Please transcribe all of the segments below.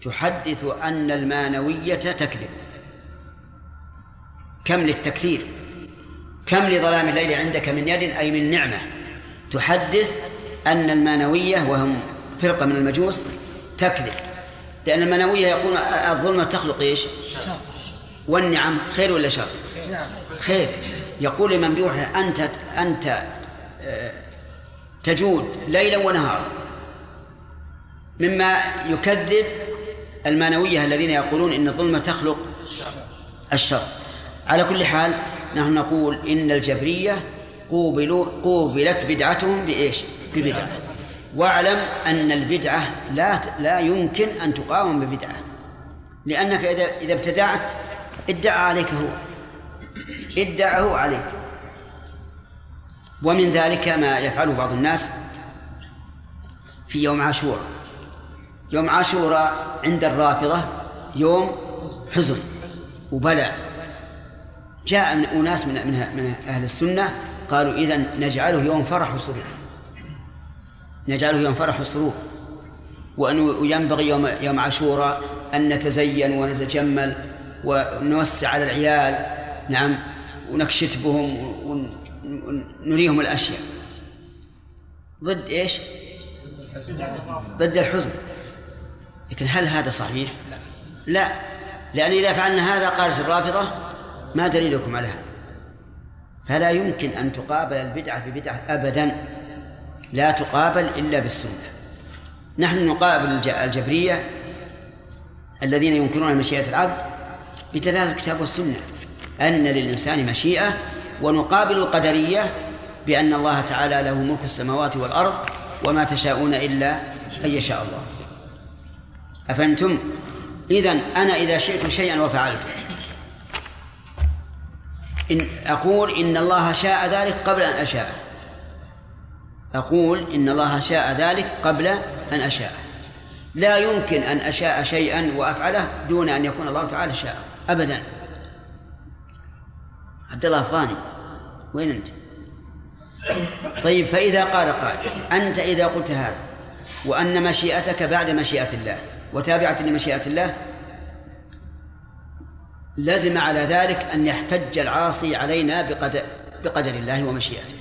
تحدث أن المانوية تكذب. كم للتكثير، كم لظلام الليل عندك من يد أي من نعمة، تحدث أن المانوية وهم فرقة من المجوس تكذب، لأن المانوية يقول الظلمة تخلق إيش؟ والنعم خير ولا شر؟ خير. يقول لممدوحه أنت تجود ليلا ونهارا، مما يكذب المانوية الذين يقولون إن الظلمة تخلق الشر. على كل حال نحن نقول إن الجبرية قوبلت بدعتهم بإيش؟ ببدعة. واعلم أن البدعة لا يمكن أن تقاوم ببدعة، لأنك إذا ابتدعت ادعه عليك. ومن ذلك ما يفعله بعض الناس في يوم عاشوراء. يوم عاشوراء عند الرافضة يوم حزن وبلاء. جاء أناس من أهل السنة قالوا إذن نجعله يوم فرح وسرور، نجعله يوم فرح وسرور، وأنه ينبغي يوم عاشوراء أن نتزين ونتجمل ونوسع على العيال، نعم، ونكشت بهم ونريهم الأشياء. ضد إيش؟ ضد الحزن. لكن هل هذا صحيح؟ لا، لأن إذا فعلنا هذا قالت الرافضة ما دليلكم على هذا. فلا يمكن أن تقابل البدعة ببدعة أبدا، لا تقابل إلا بالسنة. نحن نقابل الجبرية الذين ينكرون مشيئة العبد بدلالة الكتاب والسنة أن للإنسان مشيئة، ونقابل القدرية بأن الله تعالى له ملك السماوات والأرض وما تشاءون إلا أن يشاء الله. أفهمتم؟ إذن أنا إذا شئت شيئا وفعلته أقول إن الله شاء ذلك قبل أن أشاء، أقول إن الله شاء ذلك قبل أن أشاء. لا يمكن أن أشاء شيئا وأفعله دون أن يكون الله تعالى شاء أبدا. عبد الله أفغاني، وين أنت؟ طيب، فإذا قال قائل أنت إذا قلت هذا وأن مشيئتك بعد مشيئة الله وتابعة لمشيئة الله، لزم على ذلك أن يحتج العاصي علينا بقدر الله ومشيئته.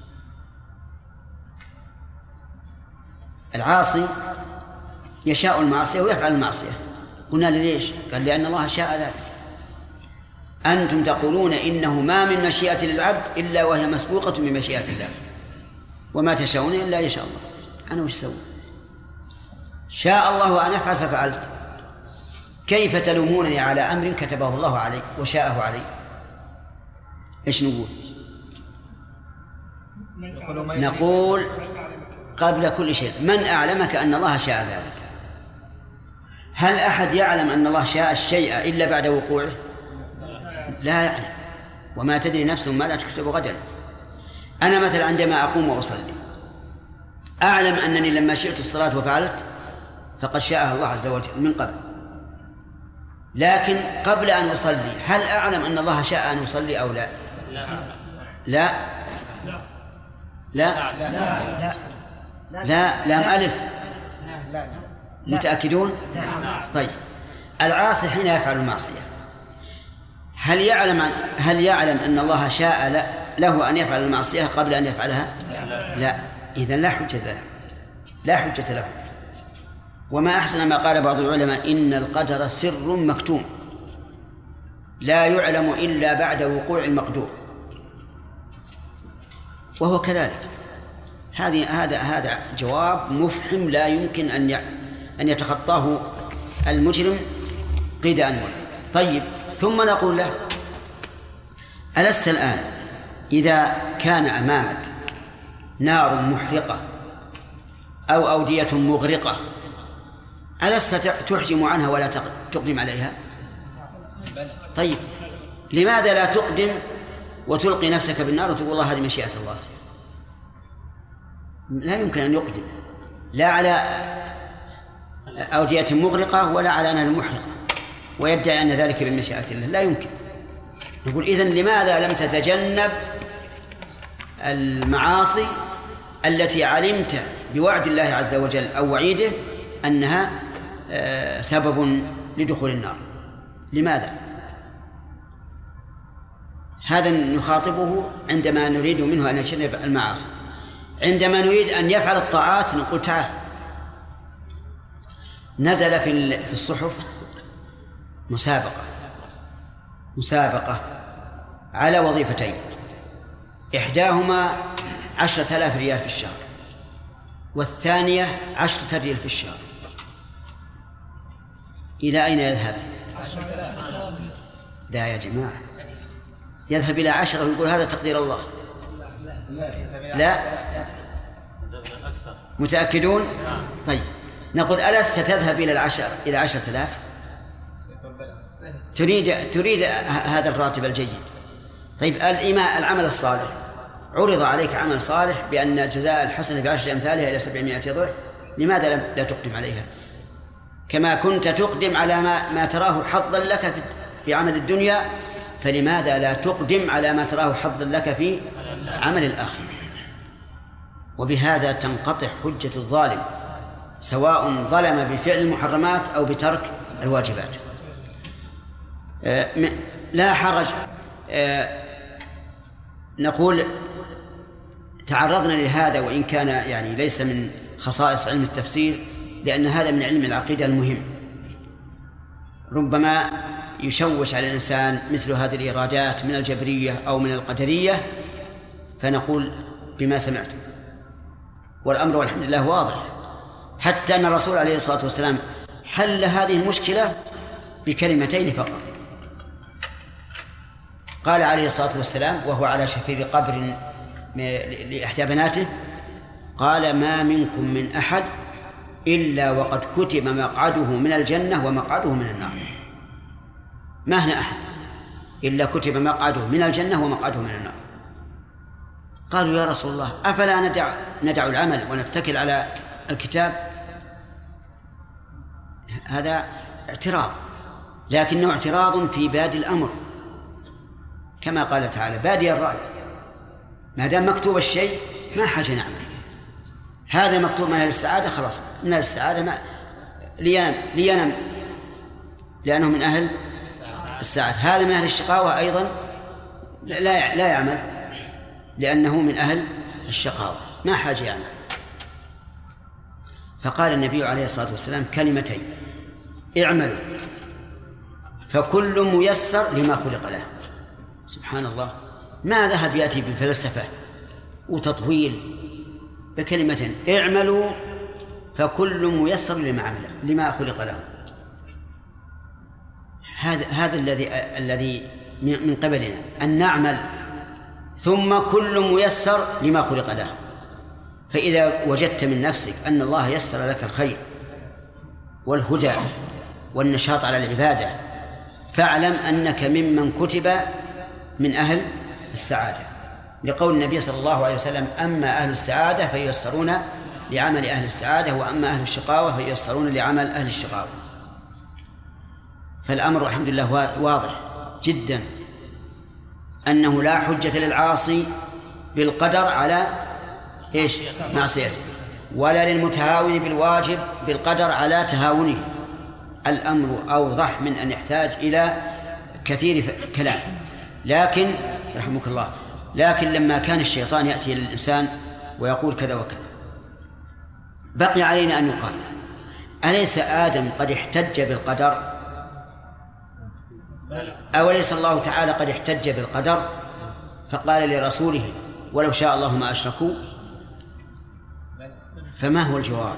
العاصي يشاء المعصية ويفعل المعصية. قلنا ليش؟ قال لأن الله شاء ذلك. أنتم تقولون إنه ما من مشيئة للعبد إلا وهي مسبوقة بمشيئة الله، وما تشاءون إلا يشاء الله. أنا وش سوي؟ شاء الله أن أفعل ففعلت. كيف تلومونني على أمر كتبه الله علي وشاءه علي؟ إيش نقول؟ نقول قبل كل شيء من أعلمك أن الله شاء ذلك؟ هل أحد يعلم أن الله شاء الشيء إلا بعد وقوعه؟ لا يعلم. وما تدري نفس ما لا تكسب غدا. أنا مثلا عندما أقوم وأصلي أعلم أنني لما شئت الصلاة وفعلت فقد شاءها الله عز وجل من قبل، لكن قبل أن أصلي هل أعلم أن الله شاء أن أصلي أو لا؟ لا لا لا لا لام ألف. متأكدون؟ طيب، العاصي حين يفعل المعصية هل يعلم أن الله شاء له أن يفعل المعصية قبل أن يفعلها؟ لا. إذن لا حجة له، لا حجة له. وما أحسن ما قال بعض العلماء إن القدر سر مكتوم لا يعلم إلا بعد وقوع المقدور، وهو كذلك. هذا جواب مفحم لا يمكن أن يتخطاه المجرم قيد أنوار. طيب، ثم نقول له ألست الآن إذا كان أمامك نار محرقة أو أودية مغرقة ألست تحجم عنها ولا تقدم عليها؟ طيب، لماذا لا تقدم وتلقي نفسك بالنار وتقول الله هذه مشيئة الله؟ لا يمكن أن يقدم لا على أودية مغرقة ولا على نار محرقة ويدعي أن ذلك بمشيئة الله، لا يمكن. نقول إذن لماذا لم تتجنب المعاصي التي علمت بوعد الله عز وجل أو وعيده أنها سبب لدخول النار. لماذا؟ هذا نخاطبه عندما نريد منه أن يجتنب المعاصي. عندما نريد أن يفعل الطاعات نقول تعال. نزل في الصحف مسابقة على وظيفتين، إحداهما 10,000 ريال في الشهر، والثانية 10 ريال في الشهر. إلى أين يذهب؟ 10,000. لا يا جماعة، يذهب إلى 10 ويقول هذا تقدير الله. لا، متأكدون؟ طيب نقول ألست تذهب إلى 10,000؟ تريد هذا الراتب الجيد. طيب العمل الصالح، عرض عليك عمل صالح بأن جزاء الحسنة ب10 أمثالها إلى 700 ضعف، لماذا لا تقدم عليها؟ كما كنت تقدم على ما تراه حظا لك في عمل الدنيا، فلماذا لا تقدم على ما تراه حظا لك في عمل الآخرة؟ وبهذا تنقطع حجة الظالم، سواء ظلم بفعل المحرمات أو بترك الواجبات. لا حرج. نقول تعرضنا لهذا وإن كان يعني ليس من خصائص علم التفسير، لأن هذا من علم العقيدة المهم. ربما يشوش على الإنسان مثل هذه الإيرادات من الجبرية أو من القدرية، فنقول بما سمعت، والأمر والحمد لله واضح. حتى أن الرسول عليه الصلاة والسلام حل هذه المشكلة بكلمتين فقط. قال عليه الصلاة والسلام وهو على شفير قبر لإحدى بناته، قال ما منكم من أحد إلا وقد كتب مقعده من الجنة ومقعده من النار. ما هنا أحد إلا كتب مقعده من الجنة ومقعده من النار. قالوا يا رسول الله أفلا ندع العمل ونتكل على الكتاب؟ هذا اعتراض، لكنه اعتراض في بادئ الأمر، كما قال تعالى بادئ الرأي. ما دام مكتوب الشيء ما حاجة نعمل. هذا مكتوب من أهل السعادة، خلاص من أهل السعادة ما لينم لأنه من أهل السعادة. هذا من أهل الشقاوة أيضا لا يعمل لأنه من أهل الشقاوة، ما حاجة يعمل. فقال النبي عليه الصلاة والسلام كلمتين: اعملوا فكل ميسر لما خلق له. سبحان الله، ما ذهب يأتي بفلسفة وتطويل، بكلمة اعملوا فكل ميسر لما خلق له. هذا الذي من قبلنا أن نعمل، ثم كل ميسر لما خلق له. فإذا وجدت من نفسك أن الله يسر لك الخير والهدى والنشاط على العبادة، فاعلم أنك ممن كتب من أهل السعادة، لقول النبي صلى الله عليه وسلم: أما أهل السعادة فييسرون لعمل أهل السعادة، وأما أهل الشقاوة فييسرون لعمل أهل الشقاوة. فالأمر الحمد لله واضح جدا، أنه لا حجة للعاصي بالقدر على معصيته، ولا للمتهاون بالواجب بالقدر على تهاونه. الأمر أوضح من أن يحتاج إلى كثير كلام. لكن رحمك الله، لكن لما كان الشيطان يأتي للإنسان ويقول كذا وكذا، بقي علينا أن يقال: أليس آدم قد احتج بالقدر؟ أوليس الله تعالى قد احتج بالقدر فقال لرسوله: ولو شاء الله ما أشركوا؟ فما هو الجواب؟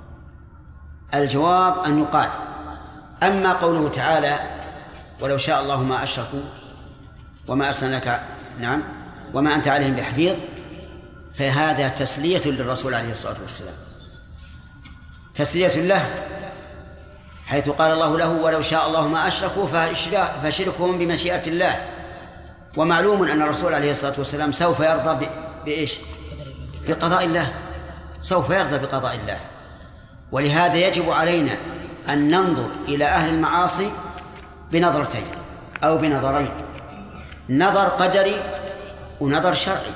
الجواب أن يقال: أما قوله تعالى: ولو شاء الله ما أشركوا وما أرسلناك وما أنت عليهم بحفيظ، فهذا تسلية للرسول عليه الصلاة والسلام، تسلية له، حيث قال الله له: ولو شاء الله ما أشركوا فشركهم بمشيئة الله. ومعلوم أن الرسول عليه الصلاة والسلام سوف يرضى بقضاء الله، سوف يرضى بقضاء الله. ولهذا يجب علينا أن ننظر إلى أهل المعاصي بنظرتين أو بنظرين: نظر قدري ونظر شرعي.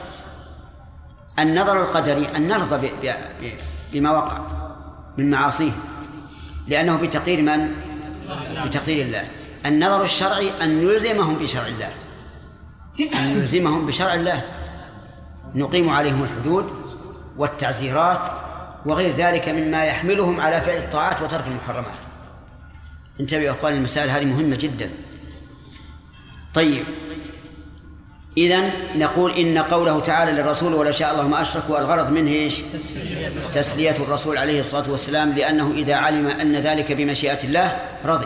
النظر القدري أن نرضى بما وقع من معاصيه، لأنه بتقدير من؟ بتقدير الله. النظر الشرعي أن نلزمهم بشرع الله، أن نلزمهم بشرع الله، نقيم عليهم الحدود والتعزيرات وغير ذلك مما يحملهم على فعل الطاعات وترك المحرمات. انتبهوا يا أخوان، المسائل هذه مهمة جدا. طيب، إذن نقول إن قوله تعالى للرسول ولا شاء الله ما أشركوا، الغرض منه إيش؟ تسلية الرسول عليه الصلاة والسلام، لأنه إذا علم أن ذلك بمشيئة الله رضي.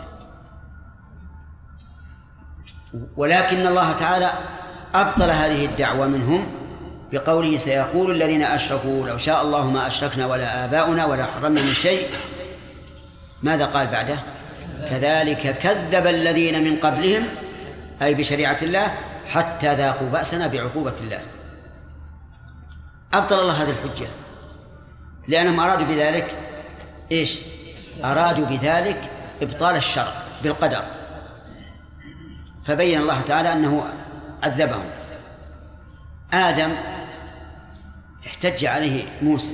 ولكن الله تعالى أبطل هذه الدعوة منهم بقوله سيقول الذين أشركوا لو شاء الله ما أشركنا ولا آباؤنا ولا حرمنا من شيء. ماذا قال بعده؟ كذلك كذب الذين من قبلهم، أي بشريعة الله، حتى ذاقوا بأسنا بعقوبة الله. أبطل الله هذه الحجة لأنهم أرادوا بذلك إيش؟ أرادوا بذلك إبطال الشرع بالقدر، فبين الله تعالى أنه عذبهم. آدم احتج عليه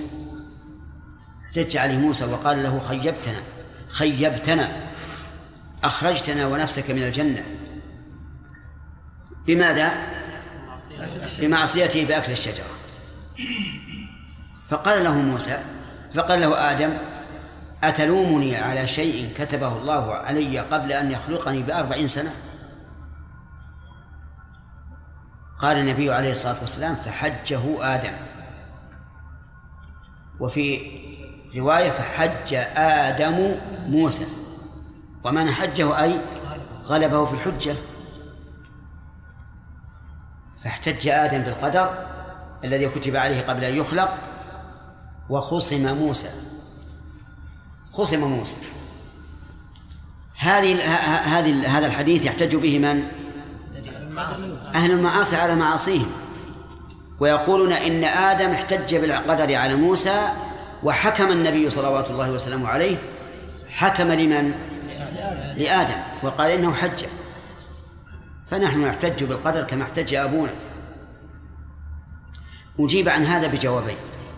موسى وقال له خيبتنا أخرجتنا ونفسك من الجنة. بماذا؟ بمعصيته بأكل الشجرة. فقال له آدم أتلومني على شيء كتبه الله علي قبل أن يخلقني ب40 سنة؟ قال النبي عليه الصلاة والسلام فحجه آدم، وفي رواية فحج آدم موسى، ومن حجه أي غلبه في الحجة. فاحتج آدم بالقدر الذي كتب عليه قبل أن يخلق، وخصم موسى. هذا الحديث يحتج به من؟ أهل المعاصي على معاصيهم، ويقولون إن آدم احتج بالقدر على موسى، وحكم النبي صلوات الله وسلامه عليه حكم لمن؟ لآدم، وقال إنه حج. فنحن نحتج بالقدر كما احتج أبونا. أجيب عن هذا بجوابين.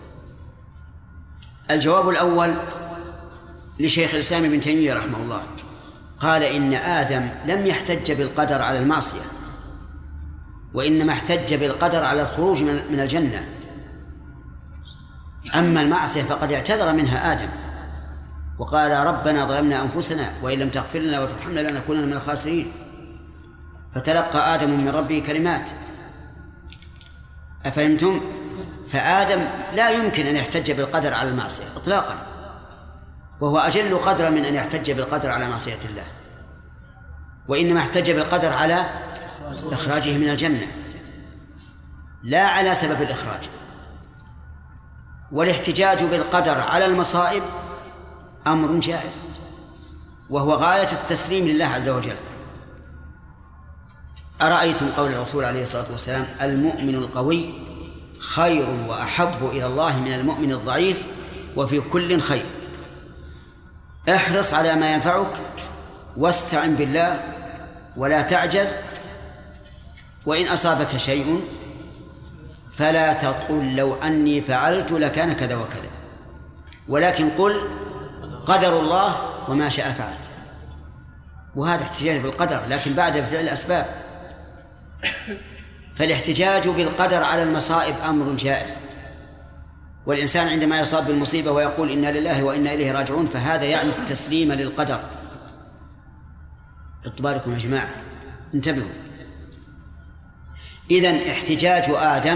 الجواب الأول لشيخ الإسلام ابن تيمية رحمه الله، قال إن آدم لم يحتج بالقدر على المعصية، وإنما احتج بالقدر على الخروج من الجنة. أما المعصية فقد اعتذر منها آدم وقال ربنا ظلمنا أنفسنا وإن لم تغفر لنا وترحمنا لنكونن من الخاسرين. فتلقى آدم من ربه كلمات. أفهمتم؟ فآدم لا يمكن أن يحتج بالقدر على المعصية إطلاقا، وهو أجل قدرا من أن يحتج بالقدر على معصية الله، وإنما احتج بالقدر على إخراجه من الجنة لا على سبب الإخراج. والاحتجاج بالقدر على المصائب أمر جائز، وهو غاية التسليم لله عز وجل. أرأيتم قول الرسول عليه الصلاة والسلام المؤمن القوي خير وأحب إلى الله من المؤمن الضعيف وفي كل خير. احرص على ما ينفعك واستعن بالله ولا تعجز، وإن أصابك شيء فلا تقل لو أني فعلت لكان كذا وكذا، ولكن قل قدر الله وما شاء فعل. وهذا احتجاج بالقدر لكن بعد فعل الأسباب. فالاحتجاج بالقدر على المصائب أمر جائز، والإنسان عندما يصاب بالمصيبة ويقول إنا لله وإنا إليه راجعون فهذا يعني التسليم للقدر. اطباركم يا جماعة انتبهوا. إذن احتجاج آدم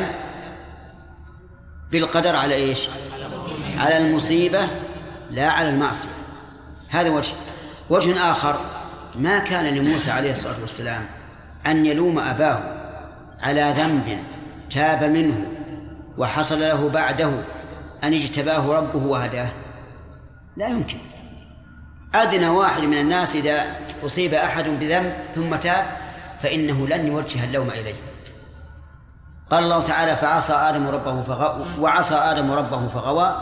بالقدر على إيش؟ على المصيبة لا على المعصية. هذا وجه آخر، ما كان لموسى عليه الصلاة والسلام أن يلوم أباه على ذنب تاب منه وحصل له بعده أن اجتباه ربه وهداه، لا يمكن. أدنى واحد من الناس إذا أصيب أحد بذنب ثم تاب فإنه لن يوجه اللوم إليه. قال الله تعالى فعصى آدم ربه فغوى، وعصى آدم ربه فغوى،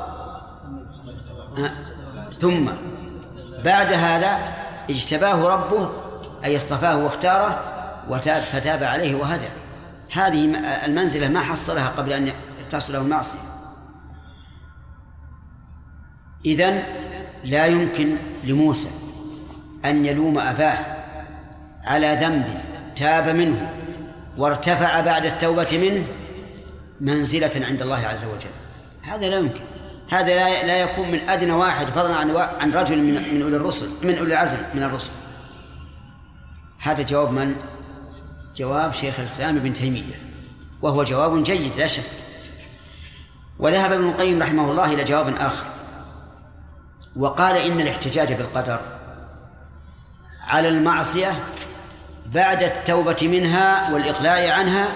ثم بعد هذا اجتباه ربه أي اصطفاه واختاره وتاب فتاب عليه وهدى. هذه المنزلة ما حصلها قبل أن تحصل له المعصية. إذن لا يمكن لموسى أن يلوم أباه على ذنب تاب منه وارتفع بعد التوبة منه منزلة عند الله عز وجل. هذا لا يمكن. هذا لا يكون من أدنى واحد فضلا عن رجل من أولي الرسل، من أولي العزم من الرسل. هذا جواب من؟ جواب شيخ الإسلام ابن تيمية، وهو جواب جيد لا شك. وذهب ابن القيم رحمه الله إلى جواب آخر، وقال إن الاحتجاج بالقدر على المعصية بعد التوبة منها والإقلاع عنها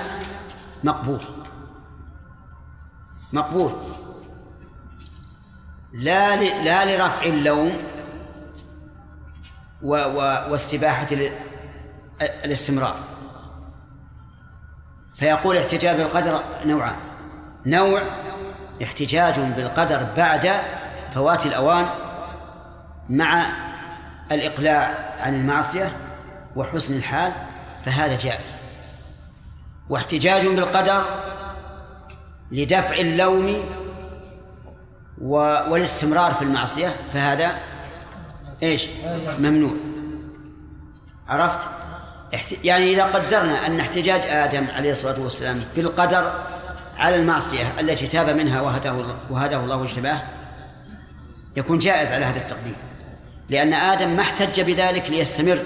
مقبول لا لرفع اللوم واستباحة الاستمرار. فيقول احتجاج بالقدر نوعان: نوع احتجاج بالقدر بعد فوات الأوان مع الإقلاع عن المعصية وحسن الحال، فهذا جائز. واحتجاج بالقدر لدفع اللوم والاستمرار في المعصية، فهذا ممنوع. عرفت؟ يعني إذا قدرنا أن احتجاج آدم عليه الصلاة والسلام بالقدر على المعصية التي تاب منها وهداه الله واجتباه يكون جائز على هذا التقدير، لأن آدم ما احتج بذلك ليستمر،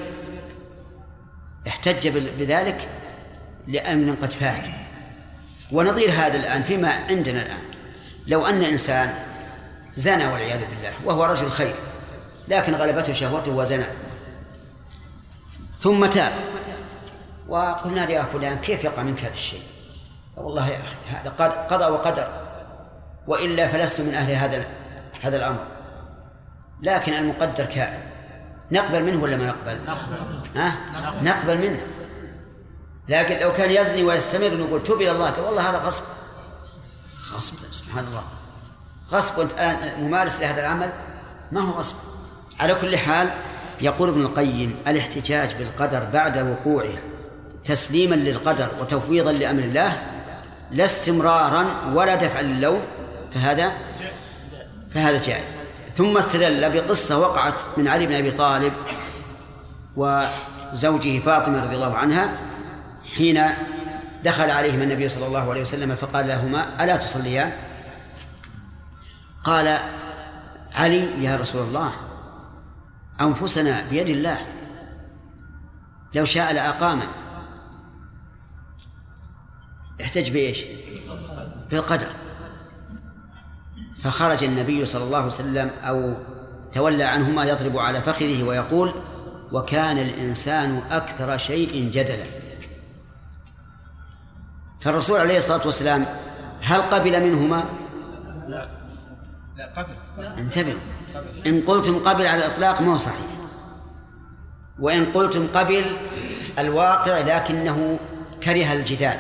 احتج بذلك لأمر قد فات. ونظير هذا الآن فيما عندنا الآن، لو أن إنسان زنى والعياذ بالله وهو رجل خير، لكن غلبته شهوته وزنى، ثم تاب وقلنا يا فلان كيف يقع منك هذا الشيء؟ والله يا أخي هذا قضى وقدر، وإلا فلست من أهل هذا الأمر، لكن المقدر كائن، نقبل منه ولا ما نقبل؟ نقبل منه. لكن لو كان يزني ويستمر ونقول توب إلى الله، والله هذا غصب سبحان الله، غصب، وأنت ممارس لهذا العمل، ما هو غصب. على كل حال يقول ابن القيم الاحتجاج بالقدر بعد وقوعه تسليما للقدر وتفويضا لأمر الله لا استمرارا ولا دفعا للوم، فهذا جائز. ثم استدل بقصة وقعت من علي بن أبي طالب وزوجه فاطمة رضي الله عنها حين دخل عليهما النبي صلى الله عليه وسلم فقال لهما ألا تصليان؟ قال علي يا رسول الله أنفسنا بيد الله لو شاء لأقامنا. احتج بإيش؟ بالقدر. فخرج النبي صلى الله عليه وسلم أو تولى عنهما يضرب على فخذه ويقول وكان الإنسان أكثر شيء جدلا. فالرسول عليه الصلاة والسلام هل قبل منهما؟ لا قبل. انتبهوا، إن قلتم قبل على الإطلاق ما هو صحيح، وإن قلتم قبل الواقع لكنه كره الجدال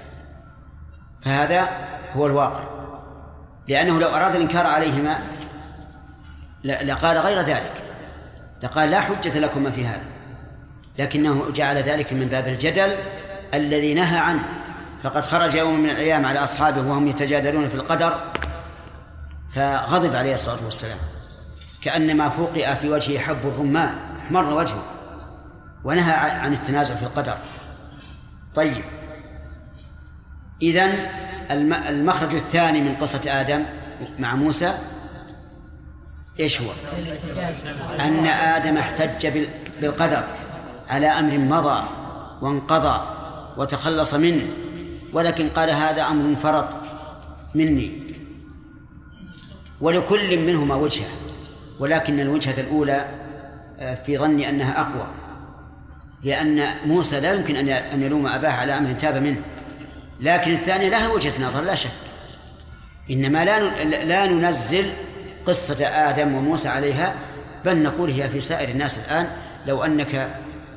فهذا هو الواقع، لأنه لو أراد الإنكار عليهما لقال غير ذلك، لقال لا حجة لكم في هذا، لكنه جعل ذلك من باب الجدل الذي نهى عنه. فقد خرج يوم من الأيام على أصحابه وهم يتجادلون في القدر فغضب عليه الصلاة والسلام كأنما فوقئ في وجهه حب الرمان، احمر وجهه، ونهى عن التنازع في القدر. طيب، إذن المخرج الثاني من قصة آدم مع موسى إيش هو؟ أن آدم احتج بالقدر على أمر مضى وانقضى وتخلص منه، ولكن قال هذا أمر فرط مني. ولكل منهما وجهة، ولكن الوجهة الأولى في ظني أنها أقوى، لأن موسى لا يمكن أن يلوم أباه على أمر تاب منه، لكن الثانية لها وجهة نظر لا شك. إنما لا ننزل قصة آدم وموسى عليها، بل نقول هي في سائر الناس الآن. لو أنك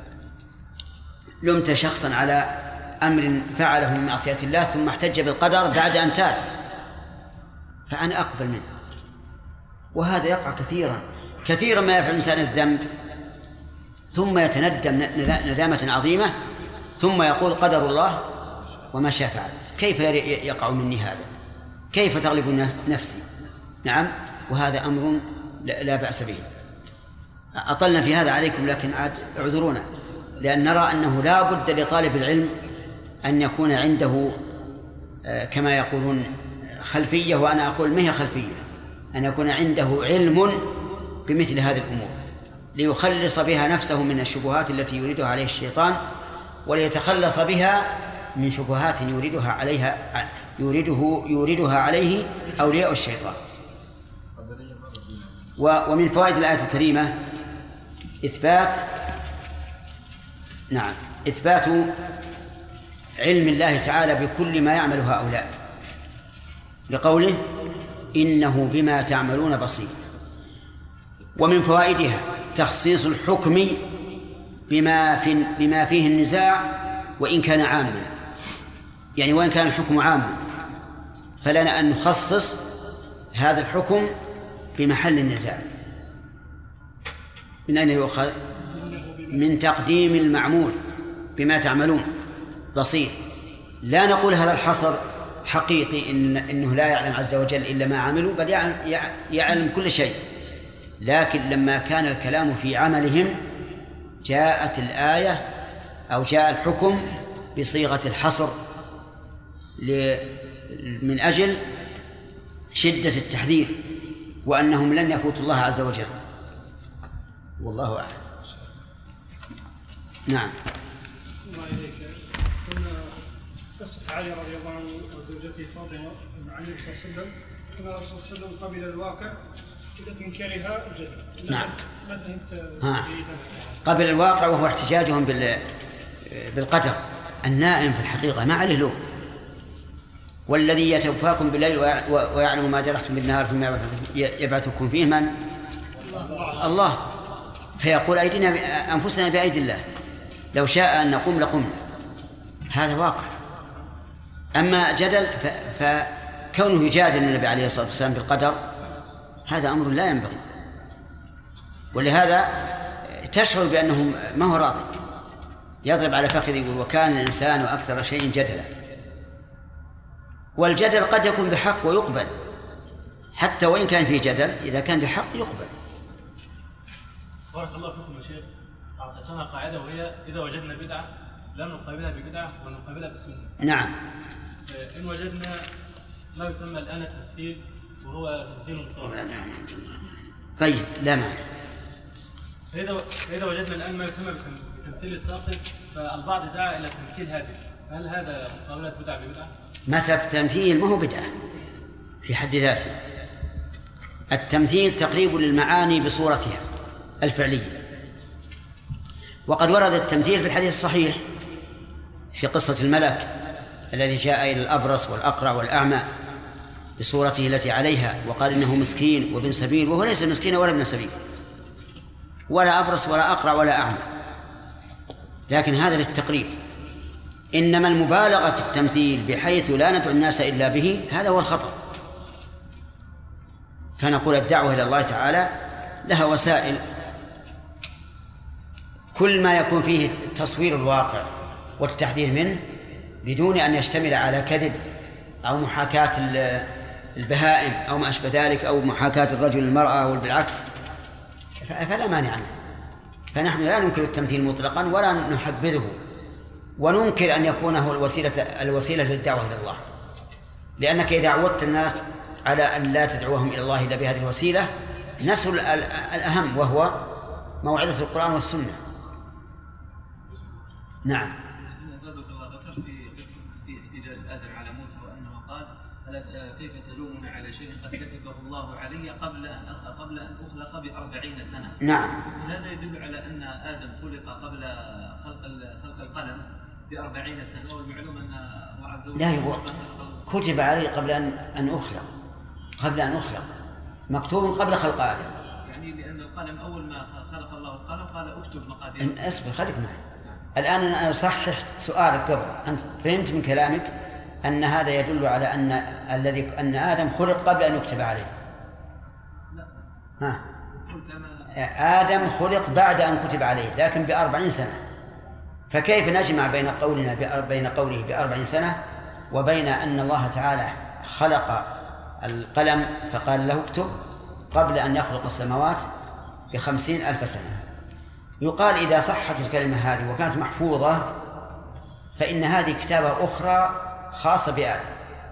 لمت شخصا على أمر فعله من معصية الله ثم احتج بالقدر بعد أن تاب، فأنا أقبل منه. وهذا يقع كثيرا ما يفعل الإنسان الذنب ثم يتندم ندامة عظيمة ثم يقول قدر الله وما شاء فعل. كيف يقع مني هذا؟ كيف تغلب نفسي؟ نعم، وهذا أمر لا بأس به. أطلنا في هذا عليكم، لكن اعذرونا، لأن نرى أنه لا بد لطالب العلم أن يكون عنده كما يقولون خلفية، وأنا أقول ما هي خلفية، أن يكون عنده علم بمثل هذه الأمور ليخلص بها نفسه من الشبهات التي يريدها عليه الشيطان، وليتخلص بها من شبهات يريدها عليه أولياء الشيطان. ومن فوائد الآية الكريمة إثبات علم الله تعالى بكل ما يعمل هؤلاء، لقوله إنه بما تعملون بصير. ومن فوائدها تخصيص الحكم بما فيه النزاع وإن كان عاما، يعني وإن كان الحكم عاما فلنا أن نخصص هذا الحكم بمحل النزاع. من أين يؤخذ؟ من تقديم المعمول بما تعملون بصير. لا نقول هذا الحصر حقيقي إنه لا يعلم عز وجل إلا ما عملوا، بل يعلم كل شيء، لكن لما كان الكلام في عملهم جاءت الآية أو جاء الحكم بصيغة الحصر من أجل شدة التحذير وأنهم لن يفوتوا الله عز وجل. والله أعلم. نعم. الله إليك. كنا قصة علي رضي الله عنه وزوجته فاطمة مع النبي صلى الله عليه وسلم، كان الرسول صلى الله عليه وسلم قبل الواقع لكن كره الجدل. نعم. ما فهمت جيدا. قبل الواقع وهو احتجاجهم بالقدر. النائم في الحقيقة ما عليه لوم، والذي يتوفاكم بالليل ويعلم ما جرحتم بالنهار ثم يبعثكم فيه من؟ الله. فيقول أيدينا أنفسنا بأيدي الله، لو شاء أن نقوم لقمنا. هذا واقع. أما جدل فكونه يجادل النبي عليه الصلاة والسلام بالقدر هذا أمر لا ينبغي، ولهذا تشعر بأنه ما هو راضي، يضرب على فخذه يقول وكان الإنسان أكثر شيء جدلا. والجدل قد يكون بحق ويقبل، حتى وإن كان فيه جدل إذا كان بحق يقبل. بارك الله فيكم يا شيخ. أعطيتنا قاعدة وهي إذا وجدنا بدعة لم نقابلها ببدعة ونقابلها بالسنة. نعم. إن وجدنا ما يسمى الآن التمثيل وهو تمثيل مصاب. طيب لا معنى. فإذا وجدنا الآن ما يسمى بتمثيل الساقط فالبعض دعا إلى تمثيل هذه، هل هذا مقابلة بدعة ببدعة؟ مسألة التمثيل ما هو بدعة في حد ذاته. التمثيل تقريب للمعاني بصورتها الفعلية، وقد ورد التمثيل في الحديث الصحيح في قصة الملك الذي جاء إلى الأبرص والأقرع والأعمى بصورته التي عليها وقال إنه مسكين وابن سبيل، وهو ليس مسكين ولا ابن سبيل ولا أبرص ولا أقرع ولا أعمى، لكن هذا للتقريب. إنما المبالغة في التمثيل بحيث لا ندعو الناس إلا به هذا هو الخطأ. فنقول الدعوة إلى الله تعالى لها وسائل، كل ما يكون فيه تصوير الواقع والتحذير منه بدون أن يشتمل على كذب أو محاكاة البهائم أو ما أشبه ذلك، أو محاكاة الرجل للمرأة والعكس، فلا مانع عنه. فنحن لا ننكر التمثيل مطلقا ولا نحبذه، وننكر أن يكون هو الوسيلة للدعوة إلى الله، لأنك إذا عودت الناس على أن لا تدعوهم إلى الله إلا بهذه الوسيلة نسوا الأهم وهو موعظة القرآن والسنة. نعم. ذكرت في احتجاج آدم على موسى وأنه قال كيف تلومون على شيء قد كتبه الله علي قبل أن أخلق ب40 سنة. نعم. هذا يدل على أن آدم خلق قبل خلق القلم ب40 سنة، والمعلوم أن الله عز وجل لا يقول كتب علي قبل أن أخلق مكتوب قبل خلق آدم، يعني لأن القلم أول ما خلق الله القلم قال اكتب مقادير. أصبر خليك معي الآن. أنا أصحح سؤالك قبل. أنت فهمت من كلامك أن هذا يدل على أن آدم خلق قبل أن يكتب عليه. ها. آدم خلق بعد أن كتب عليه لكن ب40 سنة، فكيف نجمع بين قوله ب40 سنة وبين أن الله تعالى خلق القلم فقال له اكتب قبل أن يخلق السماوات ب50,000 سنة. يقال إذا صحت الكلمة هذه وكانت محفوظة فإن هذه كتابة أخرى خاصة بآدم.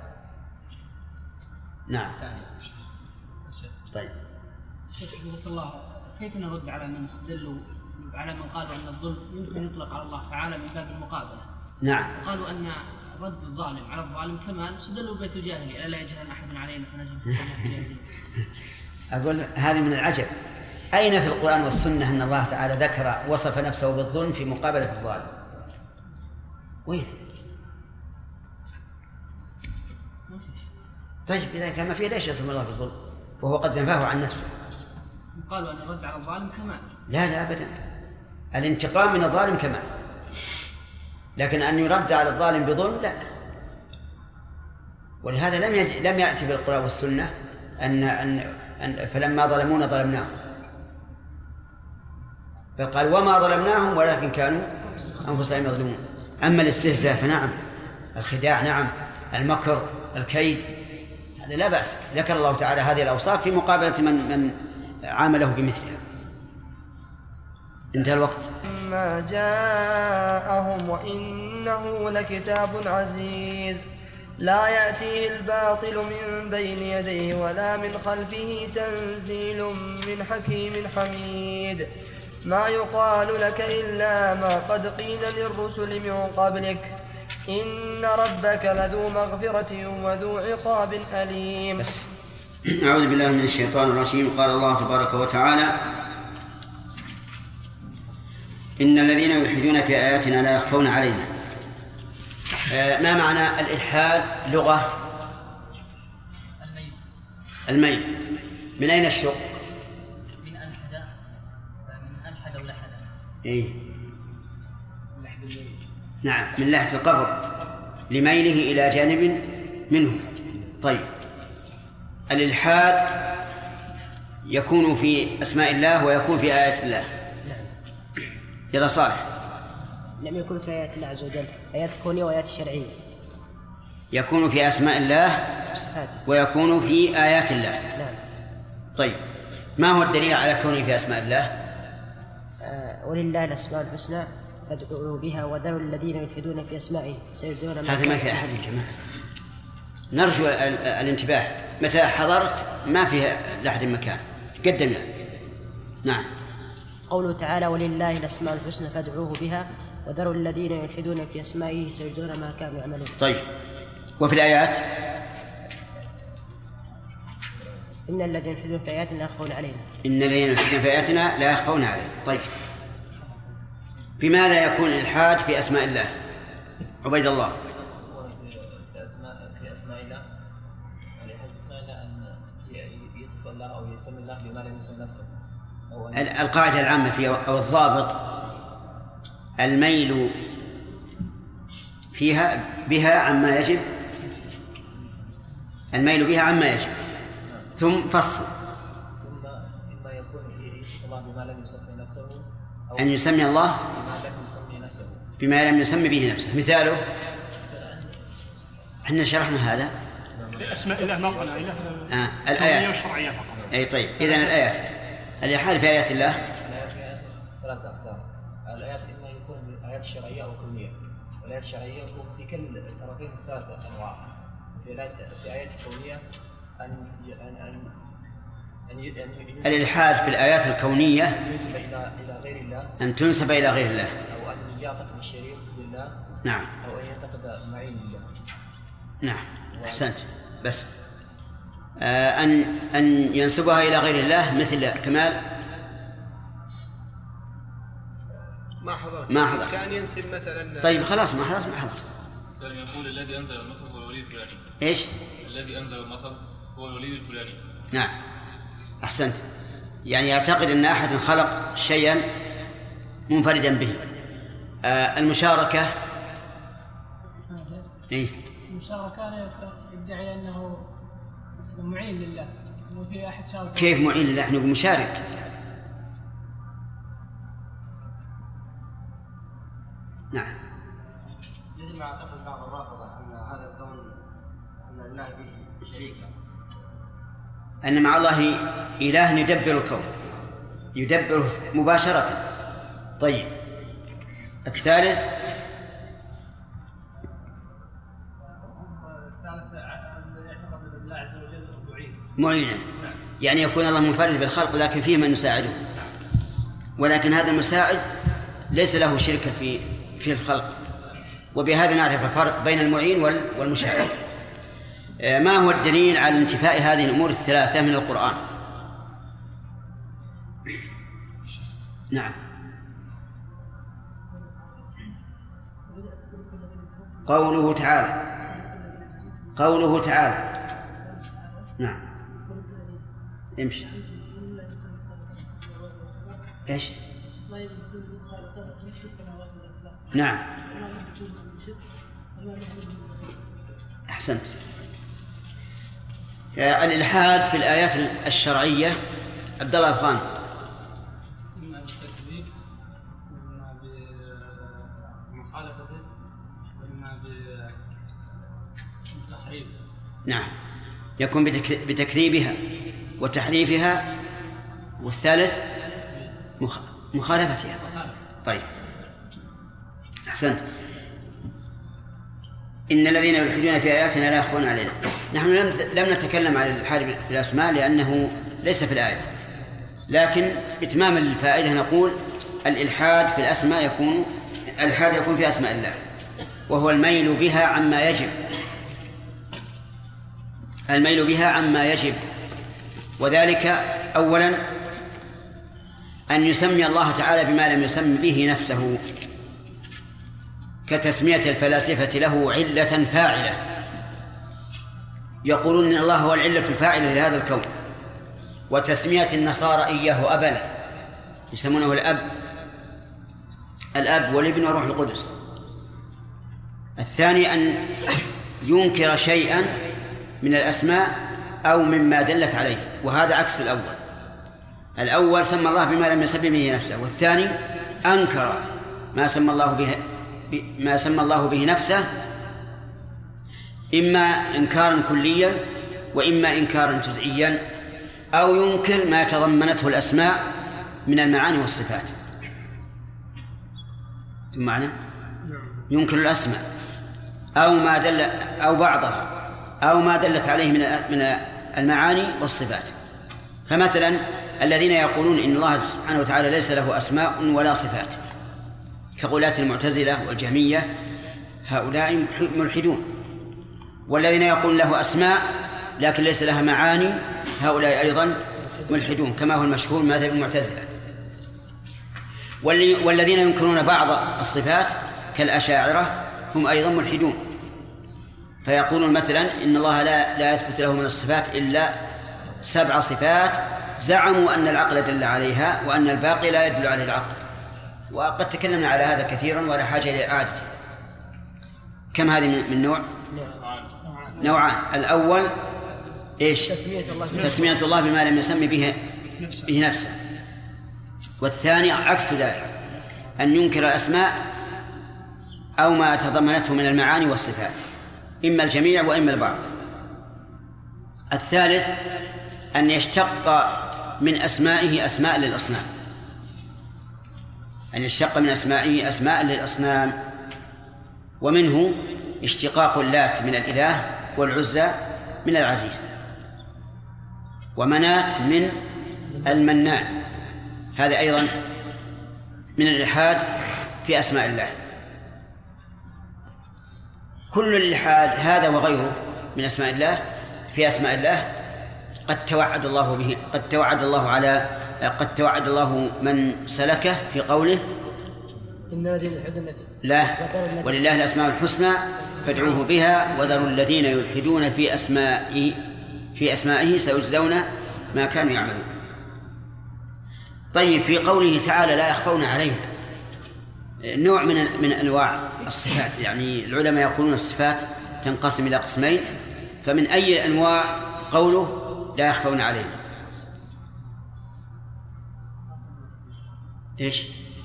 نعم. طيب شيخ الله، كيف نرد على من استدلوا على من قالوا أن الظلم يمكن يطلق على الله تعالى من باب المقابلة؟ نعم. وقالوا أن رد الظالم على الظالم كمان استدلوا بيت الجاهلية ألا يجهل أحد علينا فنجم في الجاهلية. أقول هذه من العجب. أين في القرآن والسنة أن الله تعالى ذكر وصف نفسه بالظلم في مقابلة الظالم؟ وين؟ طيب إذا كان ما فيه ليش يصف الله بالظلم وهو قد نفاه عن نفسه؟ قالوا أن الرد على الظالم كمان. لا أبدا، الانتقام من الظالم كمان، لكن أن يرد على الظالم بظلم لا. ولهذا لم يأتي بالقرآن والسنة أن فلما ظلمونا ظلمناهم، بل قال وما ظلمناهم ولكن كانوا أنفسهم يظلمون. أما الاستهزاء فنعم، الخداع نعم، المكر، الكيد، هذا لا بأس. ذكر الله تعالى هذه الأوصاف في مقابلة من عامله بمثلها. انتهى الوقت. ما جاءهم وإنه لكتاب عزيز لا يأتيه الباطل من بين يديه ولا من خلفه تنزيل من حكيم حميد ما يقال لك إلا ما قد قيل للرسل من قبلك إن ربك لذو مغفرة وذو عقاب أليم. بس. أعوذ بالله من الشيطان الرجيم. قال الله تبارك وتعالى إن الذين يلحدون في آياتنا لا يخفون علينا. ما معنى الإلحاد لغة؟ الميل. من أين الشق؟ من ألحد ولحد. إيه؟ نعم، من لحد القبر لميله إلى جانب منه. طيب، الإلحاد يكون في أسماء الله ويكون في آيات الله. يلا صالح. لم يكن في آيات الله عز وجل، آيات كونية وآيات شرعية. يكون في أسماء الله ويكون في آيات الله. نعم. طيب، ما هو الدليل على كونه في أسماء الله؟ ولله الأسماء الحسنى فادعوه بها وذروا الذين يلحدون في أسمائه سيجزون ما هذا ما في أحد يا جماعة، نرجو الانتباه. متى حضرت ما فيها لأحد مكان قدمنا. نعم. قوله تعالى ولله الأسماء الحسنى فادعوه بها وذروا الذين يلحدون في أسمائه سيجزون ما كانوا يعملون. طيب، وفي الآيات إن الذين يلحدون في آياتنا لا يخفون علينا. إن الذين يلحدون في آياتنا لا يخفون علينا. طيب، بماذا يكون الإلحاد في أسماء الله؟ عبيد الله. في أسماء الله أن يصف الله أو يسمي الله بما لم يسمي نفسه. القاعدة العامة فيها أو الضابط الميل فيها بها عما يجب، الميل بها عما يجب، ثم فصل. ثم إما يكون يصف الله بما لم يسمي نفسه أو أن يسمي الله بما لم يسمي نفسه بما لم يسمي به نفسه. مثاله احنا شرحنا هذا في أسماء الله موطن إله الآيات والشرعية فقط. أي طيب، إذن الآيات الإلحاد في آيات الله الآيات ثلاثة أقسام. الآيات إما يكون آيات شرعية أو كونية، والآيات الشرعية يكون في كل الطرفين ثلاثة أنواع. في آيات كونية الإلحاد في الآيات الكونية ينسب إلى غير الله، أن تنسب إلى غير الله، أو أن يعتقد الشريك لله، نعم، أو أن يعتقد معين لله. نعم، أحسنت. بس أن ينسبها إلى غير الله مثل كمال ما حضرت كان ينسب مثلا. طيب خلاص ما حضرت كان يقول الذي أنزل المطر هو الولي الفلاني. إيش؟ الذي أنزل المطر هو الولي الفلاني. نعم، أحسنت. يعني يعتقد أن أحد خلق شيئا منفردا به. المشاركة إيه؟ المشاركة يدعي أنه معين لله، أنه في أحد شارك. كيف معين لله؟ نحن مشارك. نعم. مثل ما اعتقد بعض الرافضة أن هذا الكون أن الله فيه شريكا، أن مع الله إله يدبر الكون، يدبره مباشرة. طيب الثالث معينا، يعني يكون الله منفرد بالخلق لكن فيه من يساعده، ولكن هذا المساعد ليس له شركة في الخلق. وبهذا نعرف الفرق بين المعين والمساعد. ما هو الدليل على انتفاء هذه الأمور الثلاثة من القرآن؟ نعم، قوله تعالى نعم امشي ايش؟ نعم أحسنت. الإلحاد في الآيات الشرعية عبد الله أفغان. إما بالتكذيب وإما بمخالفته وإما بالتحريف. نعم، يكون بتكذيبها وتحريفها، والثالث مخالفتها. طيب أحسنت. إن الذين يلحدون في آياتنا لا يخفون علينا. نحن لم نتكلم عن الإلحاد في الأسماء لأنه ليس في الآية، لكن إتماما للفائدة نقول الإلحاد في الأسماء يكون في أسماء الله، وهو الميل بها عما يجب. وذلك أولا أن يسمي الله تعالى بما لم يسم به نفسه، كتسمية الفلاسفة له علة فاعلة، يقولون إن الله هو العلة الفاعلة لهذا الكون، وتسمية النصارى إياه أبا، يسمونه الأب والابن والروح القدس. الثاني أن ينكر شيئا من الأسماء أو مما دلت عليه، وهذا عكس الأول سمى الله بما لم يسمي به نفسه، والثاني أنكر ما سمى الله به نفسه، إما إنكارا كليا وإما إنكارا جزئيا، أو ينكر ما تضمنته الأسماء من المعاني والصفات. معنى ينكر الأسماء أو بعضها أو ما دلت عليه من المعاني والصفات. فمثلا الذين يقولون إن الله سبحانه وتعالى ليس له أسماء ولا صفات كقولات المعتزلة والجهمية، هؤلاء ملحدون. والذين يقولون له أسماء لكن ليس لها معاني، هؤلاء أيضا ملحدون، كما هو المشهور مذهب المعتزلة. والذين ينكرون بعض الصفات كالأشاعرة هم أيضا ملحدون، فيقولون مثلا إن الله لا يثبت له من الصفات إلا 7 صفات زعموا أن العقل دل عليها وأن الباقي لا يدل عليه العقل. وقد تكلمنا على هذا كثيرا ولا حاجة إلى إعادته. كم هذه من نوع؟ نوعان. الأول إيش؟ تسمية الله بما لم يسمي به نفسه. والثاني عكس ذلك، أن ينكر الأسماء أو ما تضمنته من المعاني والصفات، إما الجميع وإما البعض. الثالث أن يشتق من أسمائه أسماء للأصنام، أن يشتق من أسمائه أسماء للأصنام، ومنه اشتقاق اللات من الإله، والعزى من العزيز، ومنات من المنان. هذا أيضا من الإلحاد في أسماء الله. كل الإلحاد هذا وغيره من أسماء الله في أسماء الله قد توعد الله به، قد توعد الله من سلكه في قوله لا ولله الأسماء الحسنى فادعوه بها وذروا الذين يلحدون في أسمائه سيجزون ما كانوا يعملون. طيب، في قوله تعالى لا يخفون علينا نوع من أنواع الصفات، يعني العلماء يقولون الصفات تنقسم إلى قسمين، فمن أي أنواع قوله لا يخفون علينا؟ إيش؟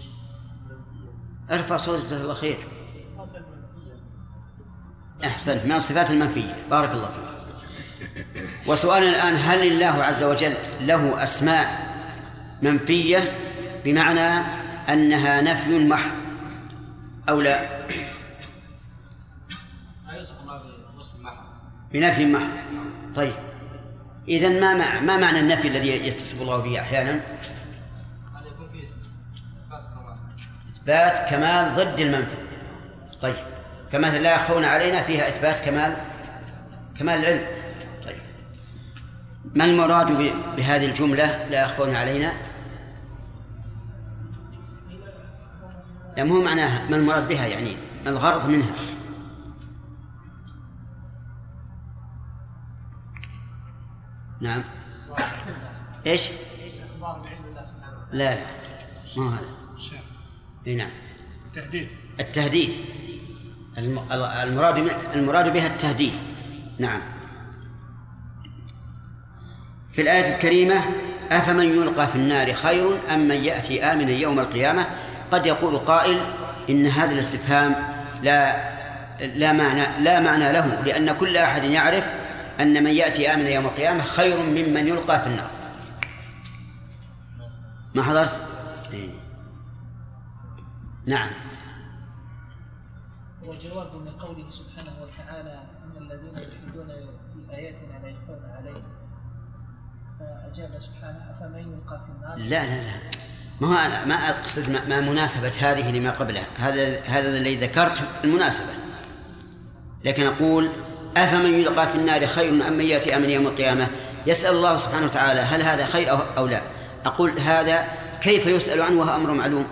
ارفع صوتك الله خير. أحسنت، من الصفات المنفية. بارك الله فيك. وسؤالنا الآن: هل الله عز وجل له أسماء منفية بمعنى أنها نفي محض أو لا؟ بنفي محض. طيب، إذن ما معنى النفي الذي يتصف الله به أحيانا؟ إثبات كمال ضد المنفي. طيب، فمثلا لا يخفون علينا فيها إثبات كمال العلم. طيب، ما المراد بهذه الجملة لا يخفون علينا؟ مو معناها، ما المراد بها يعني ما الغرض منها؟ نعم. ايش؟ لا ما هذا. نعم. التهديد. المراد بها التهديد. نعم. في الآية الكريمة: أفمن يلقى في النار خير أم من يأتي آمنا يوم القيامة. قد يقول قائل إن هذا الاستفهام لا معنى له، لأن كل أحد يعرف أن من يأتي آمنا يوم القيامة خير ممن يلقى في النار. ما حضرت؟ نعم. وجواب من قوله سبحانه وتعالى: إن الذين يلحدون في آياتنا لا يخفون عليهم. فأجاب سبحانه: أفمن يلقى في النار. لا ما أقصد ما مناسبة هذه لما قبله. هذا الذي ذكرت المناسبة، لكن أقول: أفمن يلقى في النار خير أم من يأتي آمنا يوم القيامة. يسأل الله سبحانه وتعالى هل هذا خير أو لا. أقول: هذا كيف يسأل عنه وهو أمر معلوم؟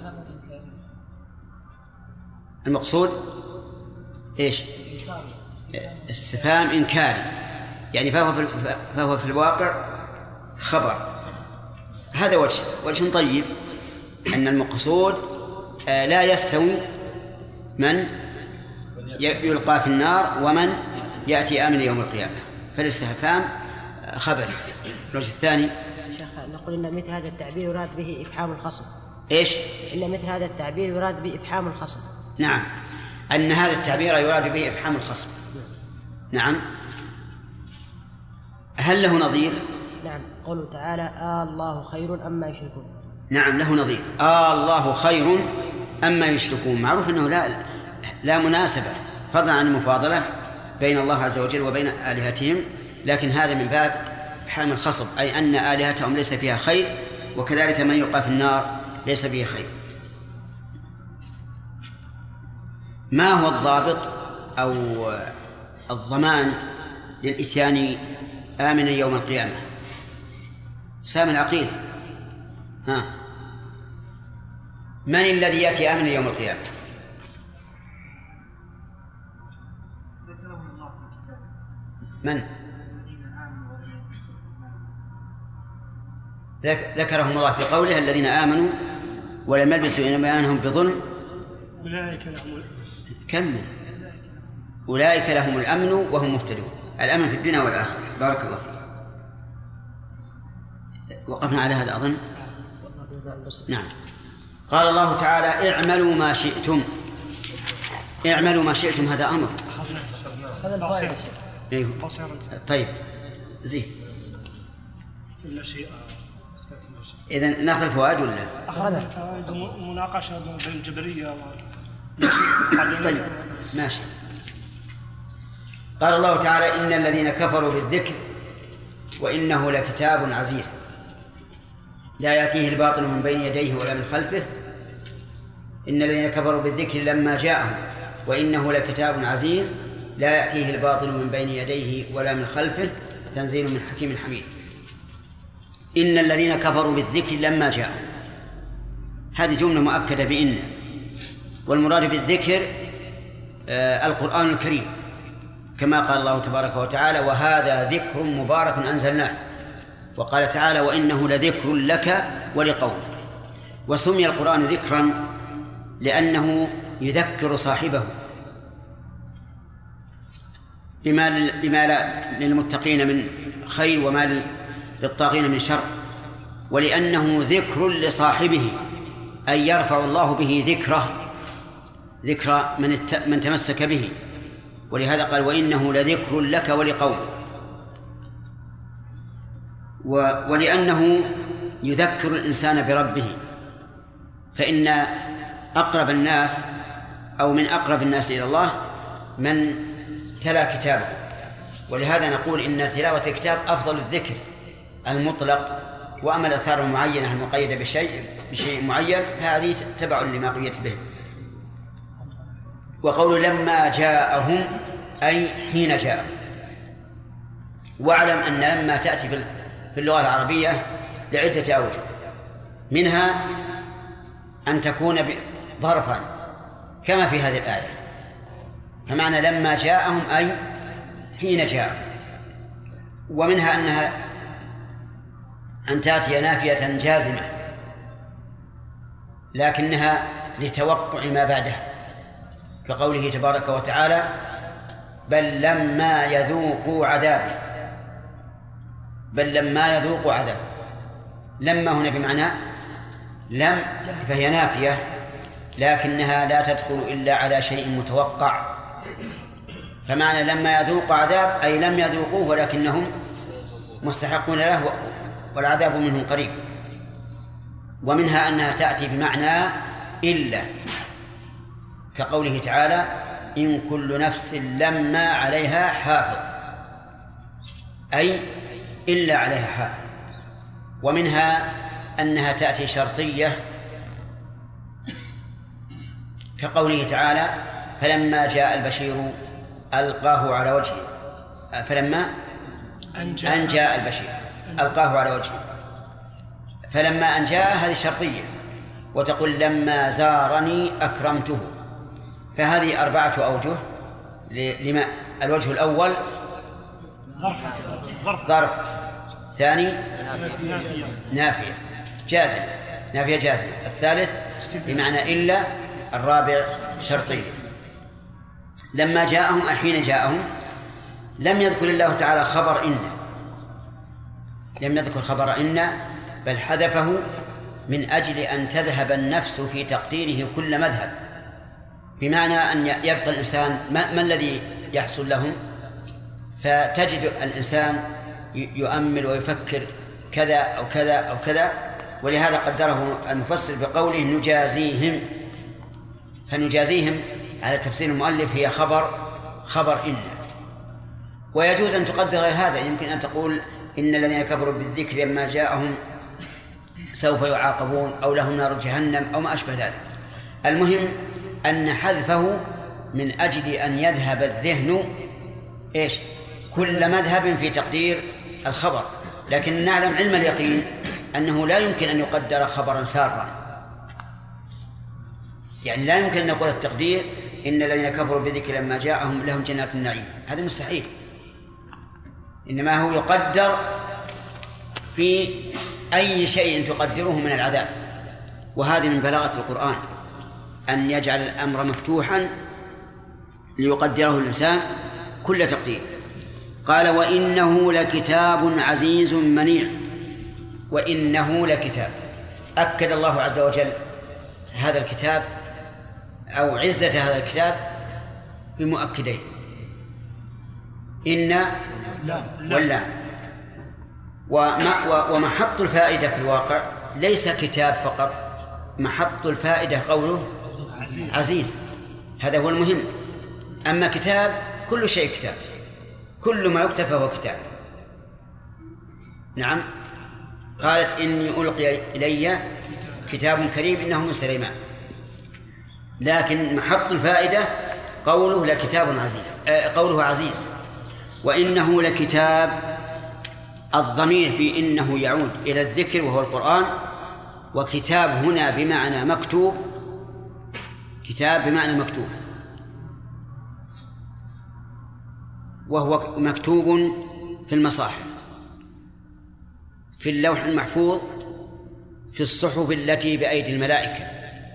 المقصود إيش؟ استفهام إنكاري، يعني فهو في الواقع خبر. هذا وجه طيب، أن المقصود لا يستوي من يلقى في النار ومن يأتي آمنا يوم القيامة، فالاستفهام خبر. الوجه الثاني: شيخ، نقول إن مثل هذا التعبير يراد به إفحام الخصم. إيش؟ إن مثل هذا التعبير يراد به إفحام الخصم. نعم، أن هذا التعبير يراد به إفحام الخصم. نعم. هل له نظير؟ نعم، قوله تعالى: الله خير أما يشركون. نعم، له نظير. الله خير أما يشركون. معروف أنه لا مناسبة فضلا عن المفاضلة بين الله عز وجل وبين آلهتهم، لكن هذا من باب إفحام الخصم، أي أن آلهتهم ليس فيها خير، وكذلك من يلقى في النار ليس به خير. ما هو الضابط أو الضمان للإتيان آمنا يوم القيامة؟ سام العقيل. من الذي يأتي آمنا يوم القيامة؟ من؟ ذكرهم الله في قوله: الذين آمنوا ولم يلبسوا إيمانهم بظلم أولئك لهم الأمن وهم مهتدون. الأمن في الدنيا والآخرة. بارك الله فيك. وقفنا على هذا أظن. نعم. قال الله تعالى: اعملوا ما شئتم. اعملوا ما شئتم، هذا أمر. طيب، زين. إذن نأخذ الفوائد ولا؟ أخذنا مناقشة بين الجبرية طيب، ماشي. قال الله تعالى: إن الذين كفروا بالذكر وإنه لكتاب عزيز لا يأتيه الباطل من بين يديه ولا من خلفه. إن الذين كفروا بالذكر لما جاءهم وإنه لكتاب عزيز لا يأتيه الباطل من بين يديه ولا من خلفه تنزيل من حكيم حميد. إن الذين كفروا بالذكر لما جاءهم، هذه جملة مؤكدة بإن، والمراد بالذكر القرآن الكريم، كما قال الله تبارك وتعالى: وهذا ذكر مبارك أنزلناه. وقال تعالى: وإنه لذكر لك ولقومك. وسمي القرآن ذكرا لأنه يذكر صاحبه بما للمتقين من خير وما للطاغين من شر، ولأنه ذكر لصاحبه، أي يرفع الله به ذكر من تمسك به. ولهذا قال: وإنه لذكر لك ولقومك. ولأنه يذكر الإنسان بربه، فإن أقرب الناس أو من أقرب الناس إلى الله من تلا كتابه، ولهذا نقول إن تلاوة الكتاب أفضل الذكر المطلق، وأما الآثار المعينة المقيدة بشيء معين فهذه تبع لما قيدت به. وقول لما جاءهم أي حين جاءهم. واعلم أن لما تأتي في اللغة العربية لعدة أوجه، منها أن تكون ظرفا كما في هذه الآية، فمعنى لما جاءهم أي حين جاءهم. ومنها أنها أن تأتي نافية جازمة لكنها لتوقع ما بعدها، كقوله تبارك وتعالى بل لما يذوقوا عذاب. بل لما يذوقوا عذاب، لما هنا بمعنى لم، فهي نافية لكنها لا تدخل إلا على شيء متوقع، فمعنى لما يذوق عذاب أي لم يذوقوه ولكنهم مستحقون له والعذاب منهم قريب. ومنها أنها تأتي بمعنى إلا، كقوله تعالى إن كل نفس لما عليها حافظ، أي إلا عليها حافظ. ومنها أنها تأتي شرطية، كقوله تعالى فلما جاء البشير ألقاه على وجهه، فلما أن جاء البشير ألقاه على وجهه، فلما أن جاء هذه شرطية. وتقول لما زارني أكرمته. فهذه 4 أوجه لما. الوجه الأول ظرف، ثاني نافية جازمة، نافية جازمة، الثالث بمعنى إلا، الرابع شرطية. لما جاءهم حين جاءهم لم يذكر الله تعالى خبر إن، لم يذكر خبر إن، بل حذفه من أجل أن تذهب النفس في تقديره كل مذهب، بمعنى أن يبقى الإنسان ما الذي يحصل لهم، فتجد الإنسان يؤمل ويفكر كذا أو كذا أو كذا. ولهذا قدره المفسر بقوله نجازيهم، فنجازيهم على تفسير المؤلف هي خبر إن. ويجوز أن تقدر هذا، يمكن أن تقول إن الذين كفروا بالذكر لما جاءهم سوف يعاقبون أو لهم نار جهنم أو ما أشبه ذلك. المهم أن حذفه من أجل أن يذهب الذهن كل مذهب في تقدير الخبر، لكن نعلم علم اليقين أنه لا يمكن أن يقدر خبرا سارا، يعني لا يمكن أن نقول التقدير إن الذين كفروا بالذكر لما جاءهم لهم جنات النعيم، هذا مستحيل. إنما هو يقدر في أي شيء تقدره من العذاب. وهذه من بلاغة القرآن أن يجعل الأمر مفتوحا ليقدره الإنسان كل تقدير. قال وإنه لكتاب عزيز منيع. وإنه لكتاب، أكد الله عز وجل هذا الكتاب أو عزة هذا الكتاب بمؤكدين، إن واللام. ومحط الفائدة في الواقع ليس كتاب فقط، محط الفائدة قوله عزيز، هذا هو المهم. أما كتاب كل شيء كتاب، كل ما يكتب فهو كتاب. نعم. قالت إني ألقي إلي كتاب كريم إنه من سليمان، لكن محط الفائدة قوله لكتاب عزيز، قوله عزيز. وإنه لكتاب، الضمير في إنه يعود إلى الذكر وهو القرآن، وكتاب هنا بمعنى مكتوب، كتاب بمعنى مكتوب، وهو مكتوب في المصاحف، في اللوح المحفوظ، في الصحف التي بأيدي الملائكة.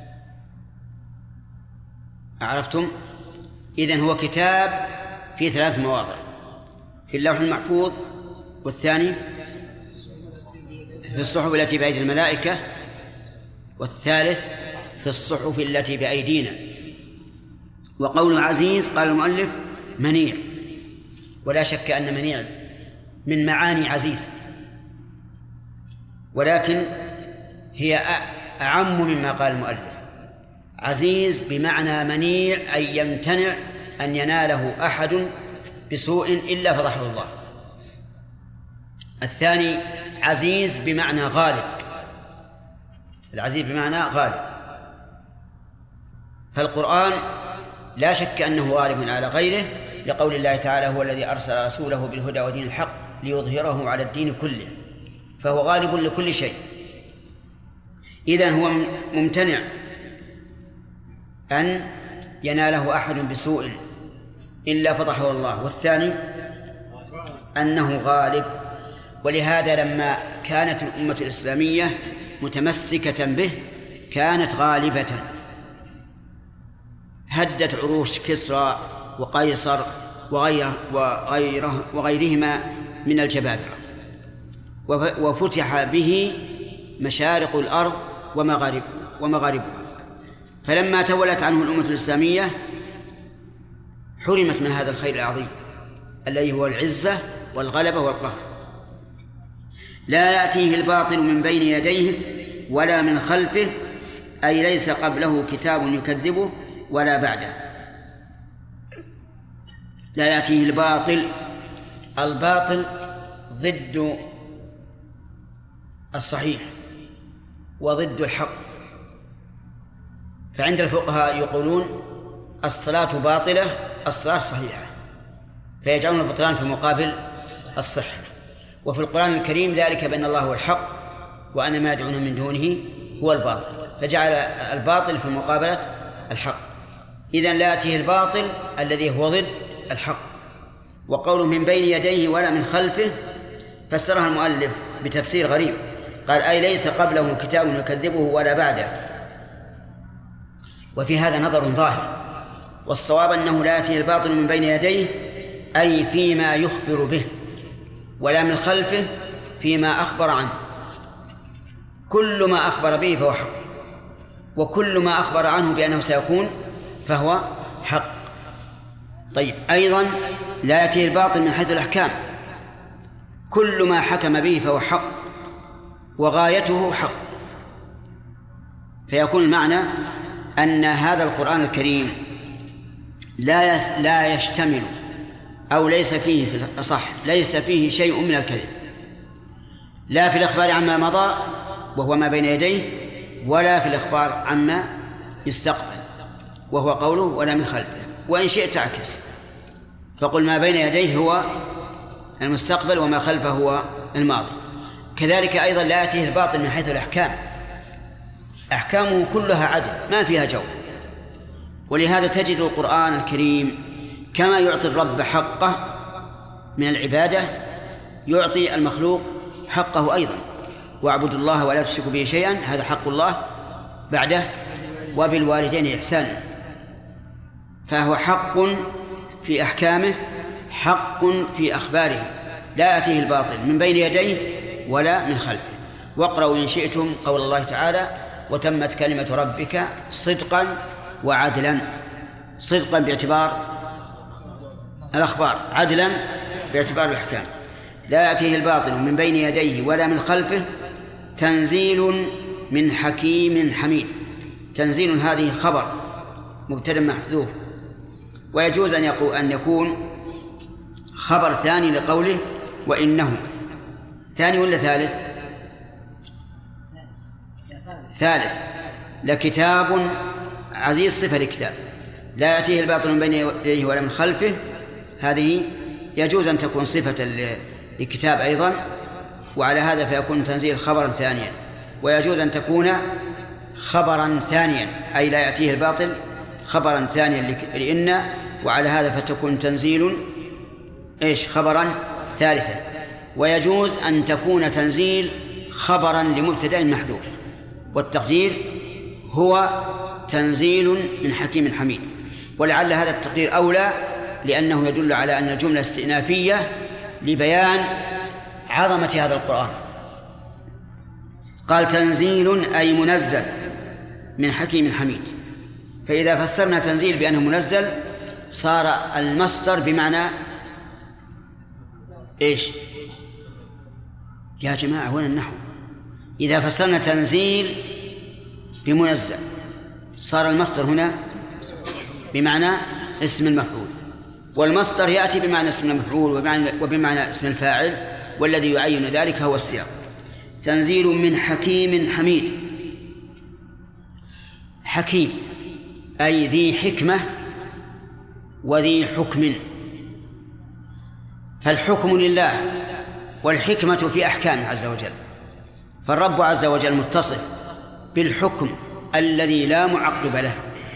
أعرفتم؟ إذن هو كتاب في 3 مواضع، في اللوح المحفوظ، والثاني في الصحف التي بأيدي الملائكة، والثالث في الصحف التي بأيدينا. وقول عزيز قال المؤلف منيع، ولا شك أن منيع من معاني عزيز، ولكن هي أعم مما قال المؤلف. عزيز بمعنى منيع، أي يمتنع أن يناله أحد بسوء إلا فضحه الله. الثاني عزيز بمعنى غالب، العزيز بمعنى غالب. فالقرآن لا شك أنه غالب على غيره، لقول الله تعالى: هو الذي أرسل رسوله بالهدى ودين الحق ليظهره على الدين كله، فهو غالب لكل شيء. إذن هو ممتنع أن يناله أحد بسوء إلا فضحه الله. والثاني أنه غالب، ولهذا لما كانت الأمة الإسلامية متمسكة به كانت غالبة، هدت عروش كسرى وقيصر وغيرهما من الجبابرة، وفتح به مشارق الأرض ومغاربها. فلما تولت عنه الأمة الإسلامية حرمت من هذا الخير العظيم الذي هو العزة والغلبة والقهر. لا يأتيه الباطل من بين يديه ولا من خلفه، أي ليس قبله كتاب يكذبه ولا بعده. لا يأتيه الباطل، الباطل ضد الصحيح وضد الحق. فعند الفقهاء يقولون الصلاة باطلة، الصلاة صحيحة، فيجعلون البطلان في مقابل الصحة. وفي القرآن الكريم ذلك بأن الله هو الحق وأن ما يدعون من دونه هو الباطل، فجعل الباطل في مقابلة الحق. إذن لا يأتيه الباطل الذي هو ضد الحق. وقوله من بين يديه ولا من خلفه فسرها المؤلف بتفسير غريب، قال: أي ليس قبله كتاب يكذبه ولا بعده. وفي هذا نظر ظاهر، والصواب أنه لا يأتيه الباطل من بين يديه أي فيما يخبر به، ولا من خلفه فيما أخبر عنه. كل ما أخبر به فهو حق، وكل ما أخبر عنه بأنه سيكون فهو حق. طيب، أيضا لا يأتيه الباطل من حيث الأحكام، كل ما حكم به فهو حق وغايته حق. فيكون المعنى أن هذا القرآن الكريم لا يشتمل، أو ليس فيه في الأصح ليس فيه شيء من الكذب، لا في الإخبار عما مضى وهو ما بين يديه، ولا في الإخبار عما يستقبل وهو قوله ولا من خلفه. وإن شئت اعكس فقل ما بين يديه هو المستقبل وما خلفه هو الماضي. كذلك أيضا لا يأتيه الباطل من حيث الأحكام، أحكامه كلها عدل ما فيها جو. ولهذا تجد القرآن الكريم كما يعطي الرب حقه من العبادة يعطي المخلوق حقه أيضا. واعبدوا الله ولا تشركوا به شيئا، هذا حق الله بعده، وبالوالدين إحسانا. فهو حق في أحكامه، حق في أخباره، لا يأتيه الباطل من بين يديه ولا من خلفه. واقرأوا إن شئتم قول الله تعالى: وتمت كلمة ربك صدقا وعدلا. صدقا باعتبار الأخبار، عدلا باعتبار الأحكام. لا يأتيه الباطل من بين يديه ولا من خلفه، تنزيل من حكيم حميد. تنزيل هذه خبر مبتدأ محذوف، ويجوز أن يكون خبر ثاني لقوله وإنه. ثاني ولا ثالث؟ ثالث. لكتاب عزيز صفة لكتاب. لا يأتيه الباطل من بين يديه ولا من خلفه، هذه يجوز أن تكون صفة لكتاب أيضا، وعلى هذا فيكون تنزيل خبرا ثانيا. ويجوز أن تكون خبرا ثانيا، أي لا يأتيه الباطل خبرا ثانيا لإن، وعلى هذا فتكون تنزيل خبرا ثالثا. ويجوز أن تكون تنزيل خبرا لمبتدأ محذوف، والتقدير هو تنزيل من حكيم حميد. ولعل هذا التقدير أولى، لأنه يدل على أن الجملة استئنافية لبيان عظمة هذا القرآن. قال تنزيل أي منزل من حكيم حميد. فإذا فسرنا تنزيل بأنه منزل صار المصدر بمعنى إيش؟ يا جماعة وين النحو؟ إذا فسرنا تنزيل بمنزل صار المصدر هنا بمعنى اسم المفعول، والمصدر يأتي بمعنى اسم المفعول وبمعنى اسم الفاعل، والذي يعين ذلك هو السياق. تنزيل من حكيم حميد. حكيم أي ذي حكمة وذي حكم، فالحكم لله والحكمة في أحكامه عز وجل، فالرب عز وجل متصف بالحكم الذي لا معقب له،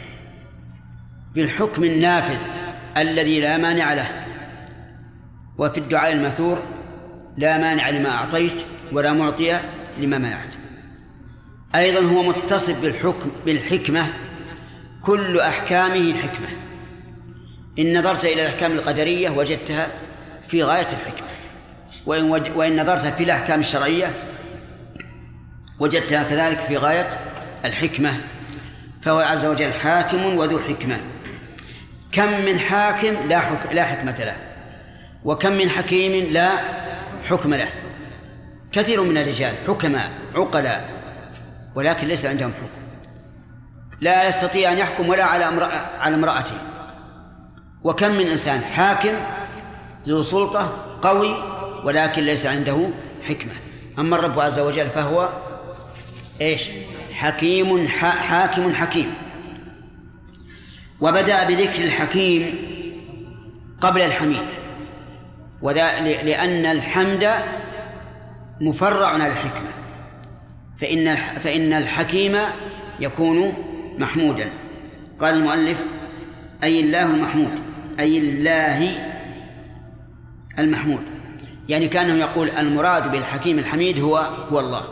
بالحكم النافذ الذي لا مانع له. وفي الدعاء الماثور: لا مانع لما أعطيت ولا معطي لما منعت. أيضا هو متصف بالحكمة، كل أحكامه حكمة. إن نظرت إلى الأحكام القدرية وجدتها في غاية الحكمة، وإن نظرت في الأحكام الشرعية وجدتها كذلك في غاية الحكمة. فهو عز وجل حاكم وذو حكمة. كم من حاكم لا حكمة له، وكم من حكيم لا حكم له. كثير من الرجال حكماء عقلاء ولكن ليس عندهم حكم، لا يستطيع أن يحكم ولا على امرأته. وكم من إنسان حاكم ذو سلطة قوي ولكن ليس عنده حكمة. أما الرب عز وجل فهو حكيم حاكم حكيم. وبدأ بذكر الحكيم قبل الحميد، لأن الحمد مفرع عن الحكمة، فإن الحكيم يكون محمودا. قال المؤلف: أي الله المحمود، أي الله المحمود، يعني كأنه يقول المراد بالحكيم الحميد هو الله.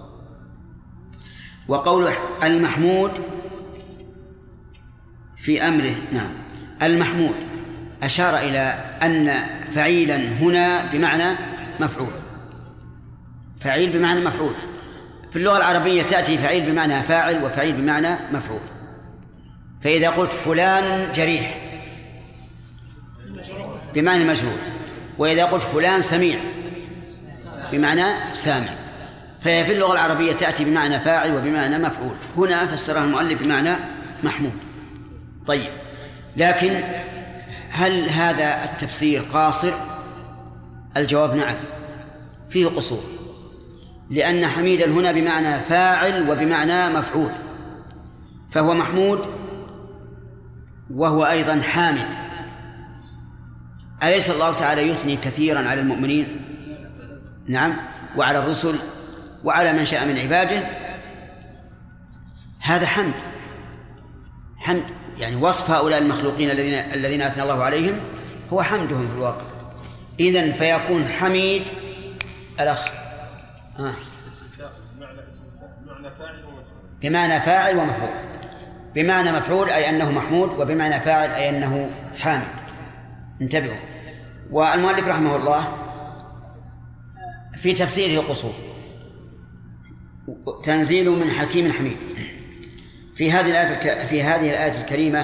وقول المحمود في أمره، نعم المحمود، أشار إلى أن فعيلا هنا بمعنى مفعول، فعيل بمعنى مفعول. في اللغة العربية تأتي فعيل بمعنى فاعل وفعيل بمعنى مفعول. فإذا قلت فلان جريح بمعنى مجهول، وإذا قلت فلان سميع بمعنى سامع، فهي في اللغة العربية تأتي بمعنى فاعل وبمعنى مفعول. هنا فسرها المؤلف بمعنى محمود. طيب، لكن هل هذا التفسير قاصر؟ الجواب نعم، فيه قصور، لأن حميدا هنا بمعنى فاعل وبمعنى مفعول، فهو محمود وهو أيضا حامد. أليس الله تعالى يثني كثيرا على المؤمنين؟ نعم، وعلى الرسل وعلى من شاء من عباده. هذا حمد يعني وصف هؤلاء المخلوقين الذين أثنى الله عليهم هو حمدهم في الواقع. إذن فيكون حميد الأخ بمعنى فاعل ومفعول. بمعنى مفعول أي أنه محمود، وبمعنى فاعل أي أنه حامد. انتبهوا. والمؤلف رحمه الله في تفسيره قصور. تنزيل من حكيم حميد. في هذه الآية الكريمة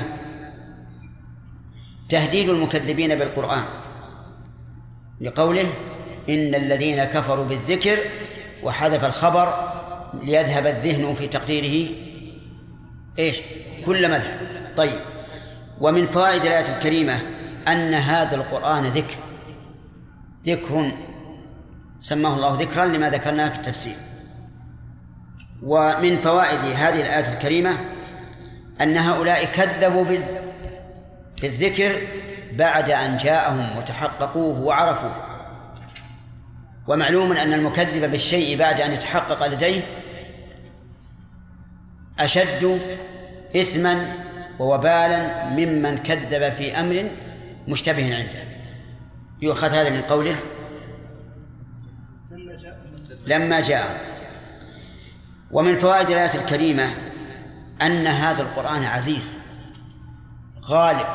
تهديد المكذبين بالقرآن، لقوله: إن الذين كفروا بالذكر، وحذف الخبر ليذهب الذهن في تقديره كل مذهب. طيب، ومن فوائد الآية الكريمة أن هذا القرآن ذكر سماه الله ذكرا لما ذكرناه في التفسير. ومن فوائد هذه الآية الكريمة أن هؤلاء كذبوا بالذكر بعد أن جاءهم وتحققوه وعرفوه. ومعلوم أن المكذب بالشيء بعد أن يتحقق لديه أشد إثما ووبالا ممن كذب في أمر مشتبه عنده. يؤخذ هذا من قوله لما جاء. ومن فوائد الآية الكريمة أن هذا القرآن عزيز غالب،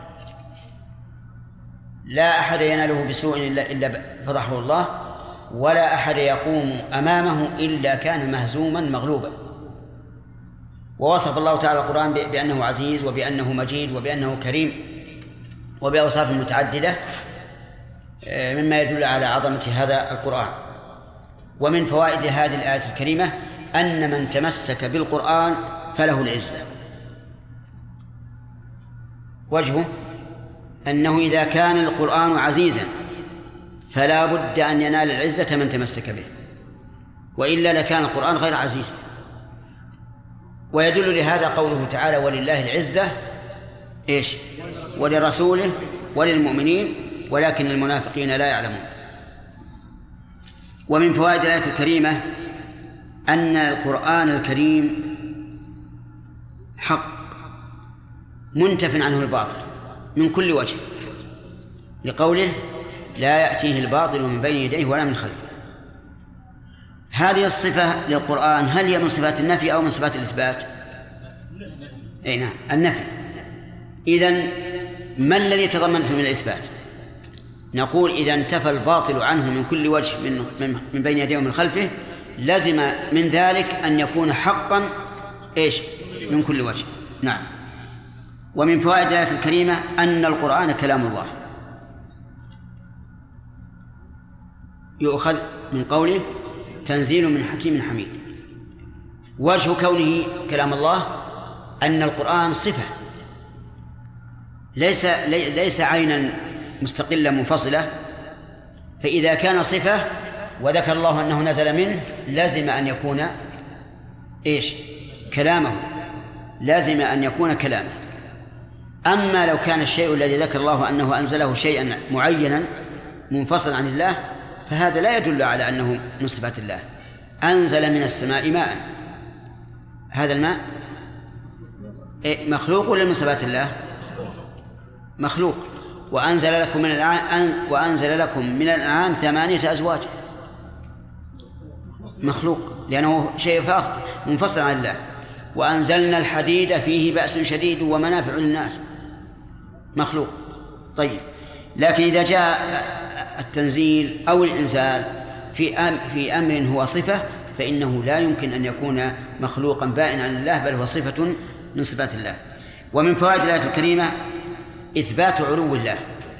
لا أحد يناله بسوء إلا فضحه الله، ولا أحد يقوم أمامه إلا كان مهزوما مغلوبا. ووصف الله تعالى القرآن بأنه عزيز وبأنه مجيد وبأنه كريم وبأوصاف متعددة مما يدل على عظمة هذا القرآن. ومن فوائد هذه الآية الكريمة أن من تمسك بالقرآن فله العزة. وجهه أنه إذا كان القرآن عزيزا فلا بد أن ينال العزة من تمسك به، وإلا لكان القرآن غير عزيز. ويدل لهذا قوله تعالى ولله العزة إيش؟ ولرسوله وللمؤمنين ولكن المنافقين لا يعلمون. ومن فوائد الآية الكريمة أن القرآن الكريم حق منتف عنه الباطل من كل وجه، لقوله لا يأتيه الباطل من بين يديه ولا من خلفه. هذه الصفة للقرآن هل هي من صفات النفي أو من صفات الإثبات؟ أي نعم، النفي. إذن ما الذي تضمنته من الإثبات؟ نقول إذا انتفى الباطل عنه من كل وجه من بين يديه ومن خلفه لزم من ذلك أن يكون حقا إيش؟ من كل وجه. نعم. ومن فوائد الآية الكريمة أن القرآن كلام الله، يؤخذ من قوله تنزيل من حكيم حميد. وجه كونه كلام الله أن القرآن صفة ليس عينا مستقلة منفصلة، فإذا كان صفة وذكر الله أنه نزل منه لازم أن يكون إيش؟ كلامه، لازم أن يكون كلامه. أما لو كان الشيء الذي ذكر الله أنه أنزله شيئا معينا منفصل عن الله فهذا لا يدل على أنه من صفات الله. أنزل من السماء ماء، هذا الماء مخلوق ولا من صفات الله؟ مخلوق. وأنزل لكم من الأنعام 8 أزواج، مخلوق لأنه شيء منفصل عن الله. وأنزلنا الحديد فيه بأس شديد ومنافع للناس، مخلوق. طيب، لكن إذا جاء التنزيل أو الإنزال في أمر هو صفة فإنه لا يمكن أن يكون مخلوقا بائن عن الله، بل هو صفة من صفات الله. ومن فوائد الآية الكريمة إثبات علو الله.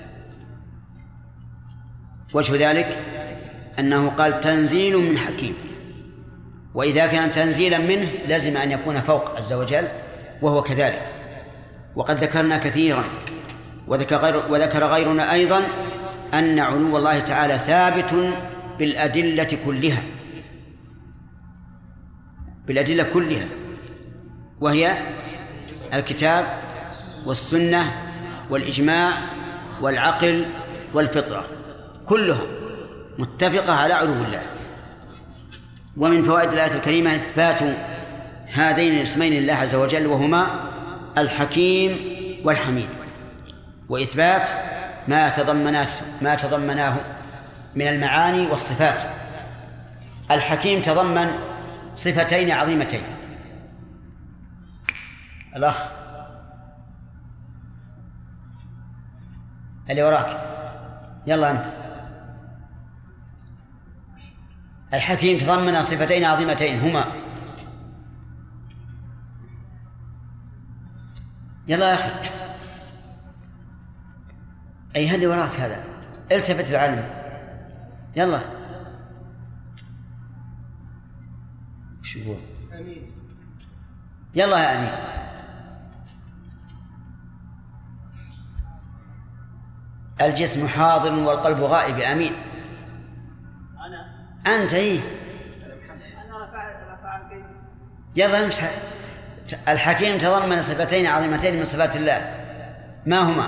وجه ذلك أنه قال تنزيل من حكيم، وإذا كان تنزيلا منه لازم أن يكون فوق عز وجل، وهو كذلك. وقد ذكرنا كثيرا وذكر غيرنا أيضا أن علو الله تعالى ثابت بالأدلة كلها، وهي الكتاب والسنة والإجماع والعقل والفطرة، كلها متفقة على علو الله. ومن فوائد الآية الكريمة إثبات هذين الاسمين لله عز وجل، وهما الحكيم والحميد، وإثبات ما تضمناه من المعاني والصفات. الحكيم تضمن صفتين عظيمتين. الأخ اللي وراك، يلا أنت. الحكيم تضمن صفتين عظيمتين هما، يلا يا أخي، أي هل وراك هذا؟ التفت العلم، يلا. شو هو؟ أمين. يلا يا أمين. الجسم حاضر والقلب غائب. أمين. أنت إيه؟ يلا امشي. الحكيم تضمن صفتين عظيمتين من صفات الله، ما هما؟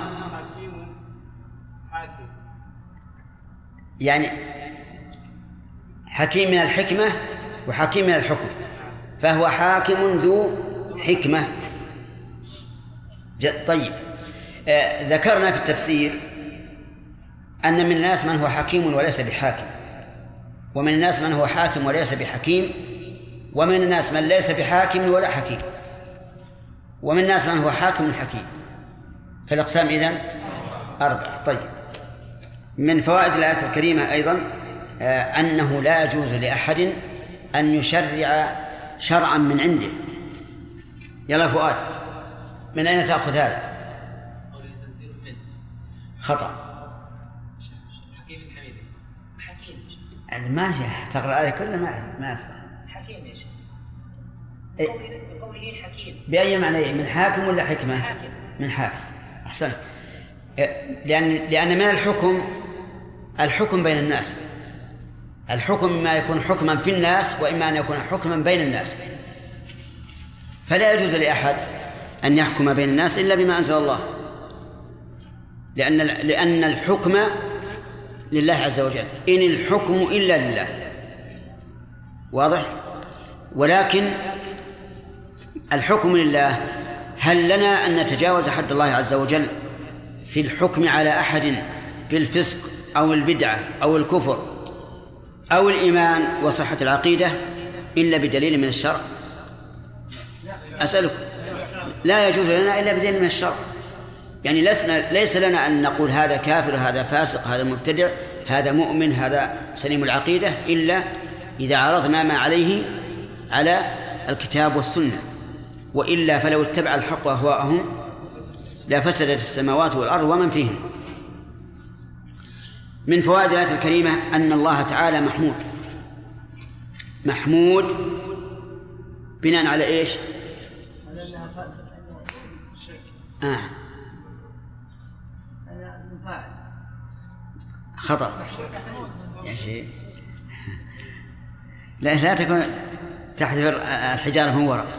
يعني حكيم من الحكمة وحكيم من الحكم، فهو حاكم ذو حكمة. طيب، ذكرنا في التفسير أن من الناس من هو حكيم وليس بحاكم، ومن الناس من هو حاكم وليس بحكيم، ومن الناس من ليس بحاكم ولا حكيم، ومن الناس من هو حاكم حكيم. فالأقسام إذن 4. طيب، من فوائد الآية الكريمة أيضا أنه لا يجوز لأحد أن يشرع شرعا من عنده. يلا فؤاد، من أين تأخذ هذا؟ خطأ. ما تقرأ الآية كلها ما يصلح. حكيم يا شيخ. بقوله حكيم. بأي معنى؟ من حاكم ولا حكمة؟ حاكم. من حاكم. أحسن. لأن من الحكم بين الناس. الحكم إما يكون حكما في الناس وإما أن يكون حكما بين الناس. فلا يجوز لأحد أن يحكم بين الناس إلا بما أنزل الله، لأن الحكم لله عز وجل، إن الحكم إلا لله. واضح؟ ولكن الحكم لله، هل لنا أن نتجاوز حد الله عز وجل في الحكم على أحد بالفسق أو البدعة أو الكفر أو الإيمان وصحة العقيدة إلا بدليل من الشرع؟ أسألك، لا يجوز لنا إلا بدليل من الشرع. يعني ليس لنا أن نقول هذا كافر، هذا فاسق، هذا مبتدع، هذا مؤمن، هذا سليم العقيدة، إلا إذا عرضنا ما عليه على الكتاب والسنة، وإلا فلو اتبع الحق أهواءهم لفسدت السماوات والأرض ومن فيهم. من فوائد الآية الكريمة أن الله تعالى محمود بناء على إيش؟ على أنها فاسد. أنا مفاعل. خطأ يا شيء. لا تكون تحذر الحجارة من وراء.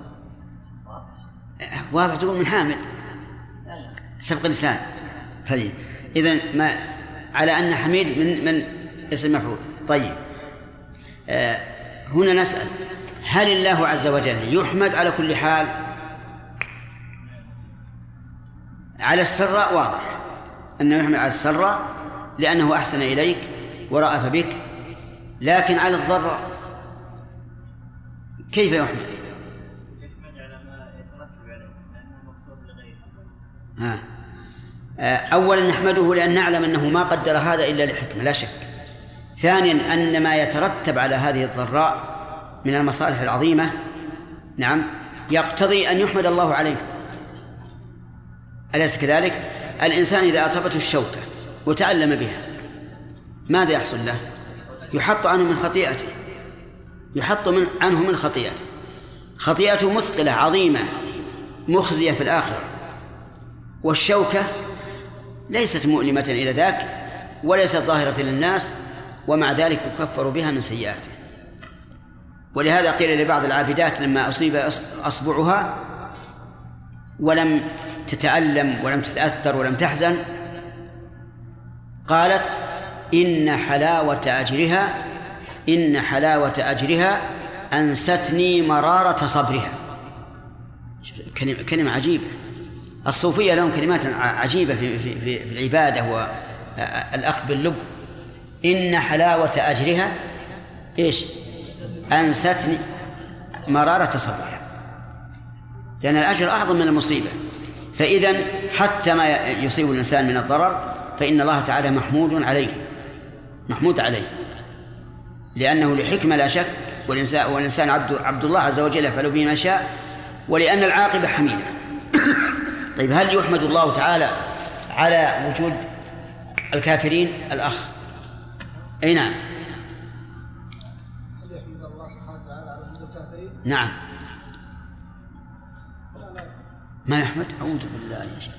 واضح تقول من حامد سبق لسان. طيب إذن ما على أن حميد من اسم مفعول. طيب هنا نسأل: هل الله عز وجل يحمد على كل حال؟ على السراء واضح أنه يحمد على السراء لأنه أحسن إليك ورأف بك، لكن على الضراء كيف يحمد؟ يحمد على ما يترتب عليه لأنه مقصود لغيره. أولا نحمده لأن نعلم أنه ما قدر هذا إلا لحكمة لا شك. ثانيا أن ما يترتب على هذه الضراء من المصالح العظيمة نعم يقتضي أن يحمد الله عليه. أليس كذلك؟ الإنسان إذا أصابته الشوكة وتألم بها ماذا يحصل له؟ يحط عنه من خطيئته، خطيئته مثقلة عظيمة مخزية في الآخرة، والشوكة ليست مؤلمة إلى ذاك وليست ظاهرة للناس، ومع ذلك يكفر بها من سيئاته. ولهذا قيل لبعض العابدات لما أصيب أصبعها ولم تتألم ولم تتأثر ولم تحزن قالت: إن حلاوة أجرها أنستني مرارة صبرها. كلمة عجيبة. الصوفية لهم كلمات عجيبة في العبادة والأخذ باللب. إن حلاوة أجرها إيش؟ أنستني مرارة صبرها، لأن الأجر أعظم من المصيبة. فإذن حتى ما يصيب الإنسان من الضرر فإن الله تعالى محمود عليه لأنه لحكمة لا شك، والإنسان عبد الله عز وجل يفعل به ما شاء، ولأن العاقبة حميدة. طيب هل يحمد الله تعالى على وجود الكافرين؟ الأخ أي نعم. هل يحمد الله سبحانه وتعالى على وجود الكافرين؟ نعم. ما يحمد؟ أعوذ بالله يا شيخ.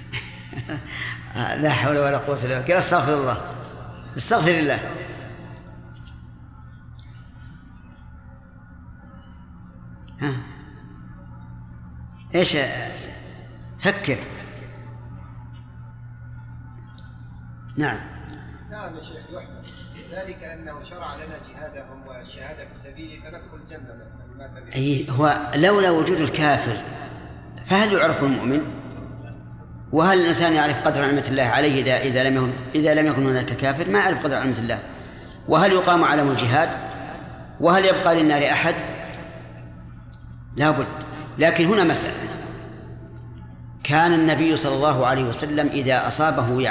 لا حول ولا قوة إلا بالله. استغفر الله، استغفر الله. إيش فكر. نعم يا شيخ يحمد ذلك أنه شرع لنا جهادهم والشهادة في سبيله فندخل الجنة. أي هو لولا وجود الكافر فهل يعرف المؤمن؟ وهل الإنسان يعرف قدر نعمة الله عليه إذا لم يكن هناك كافر؟ ما يعرف قدر نعمة الله. وهل يقام علم الجهاد؟ وهل يبقى للنار أحد؟ لا بد. لكن هنا مسألة: كان النبي صلى الله عليه وسلم إذا أصابه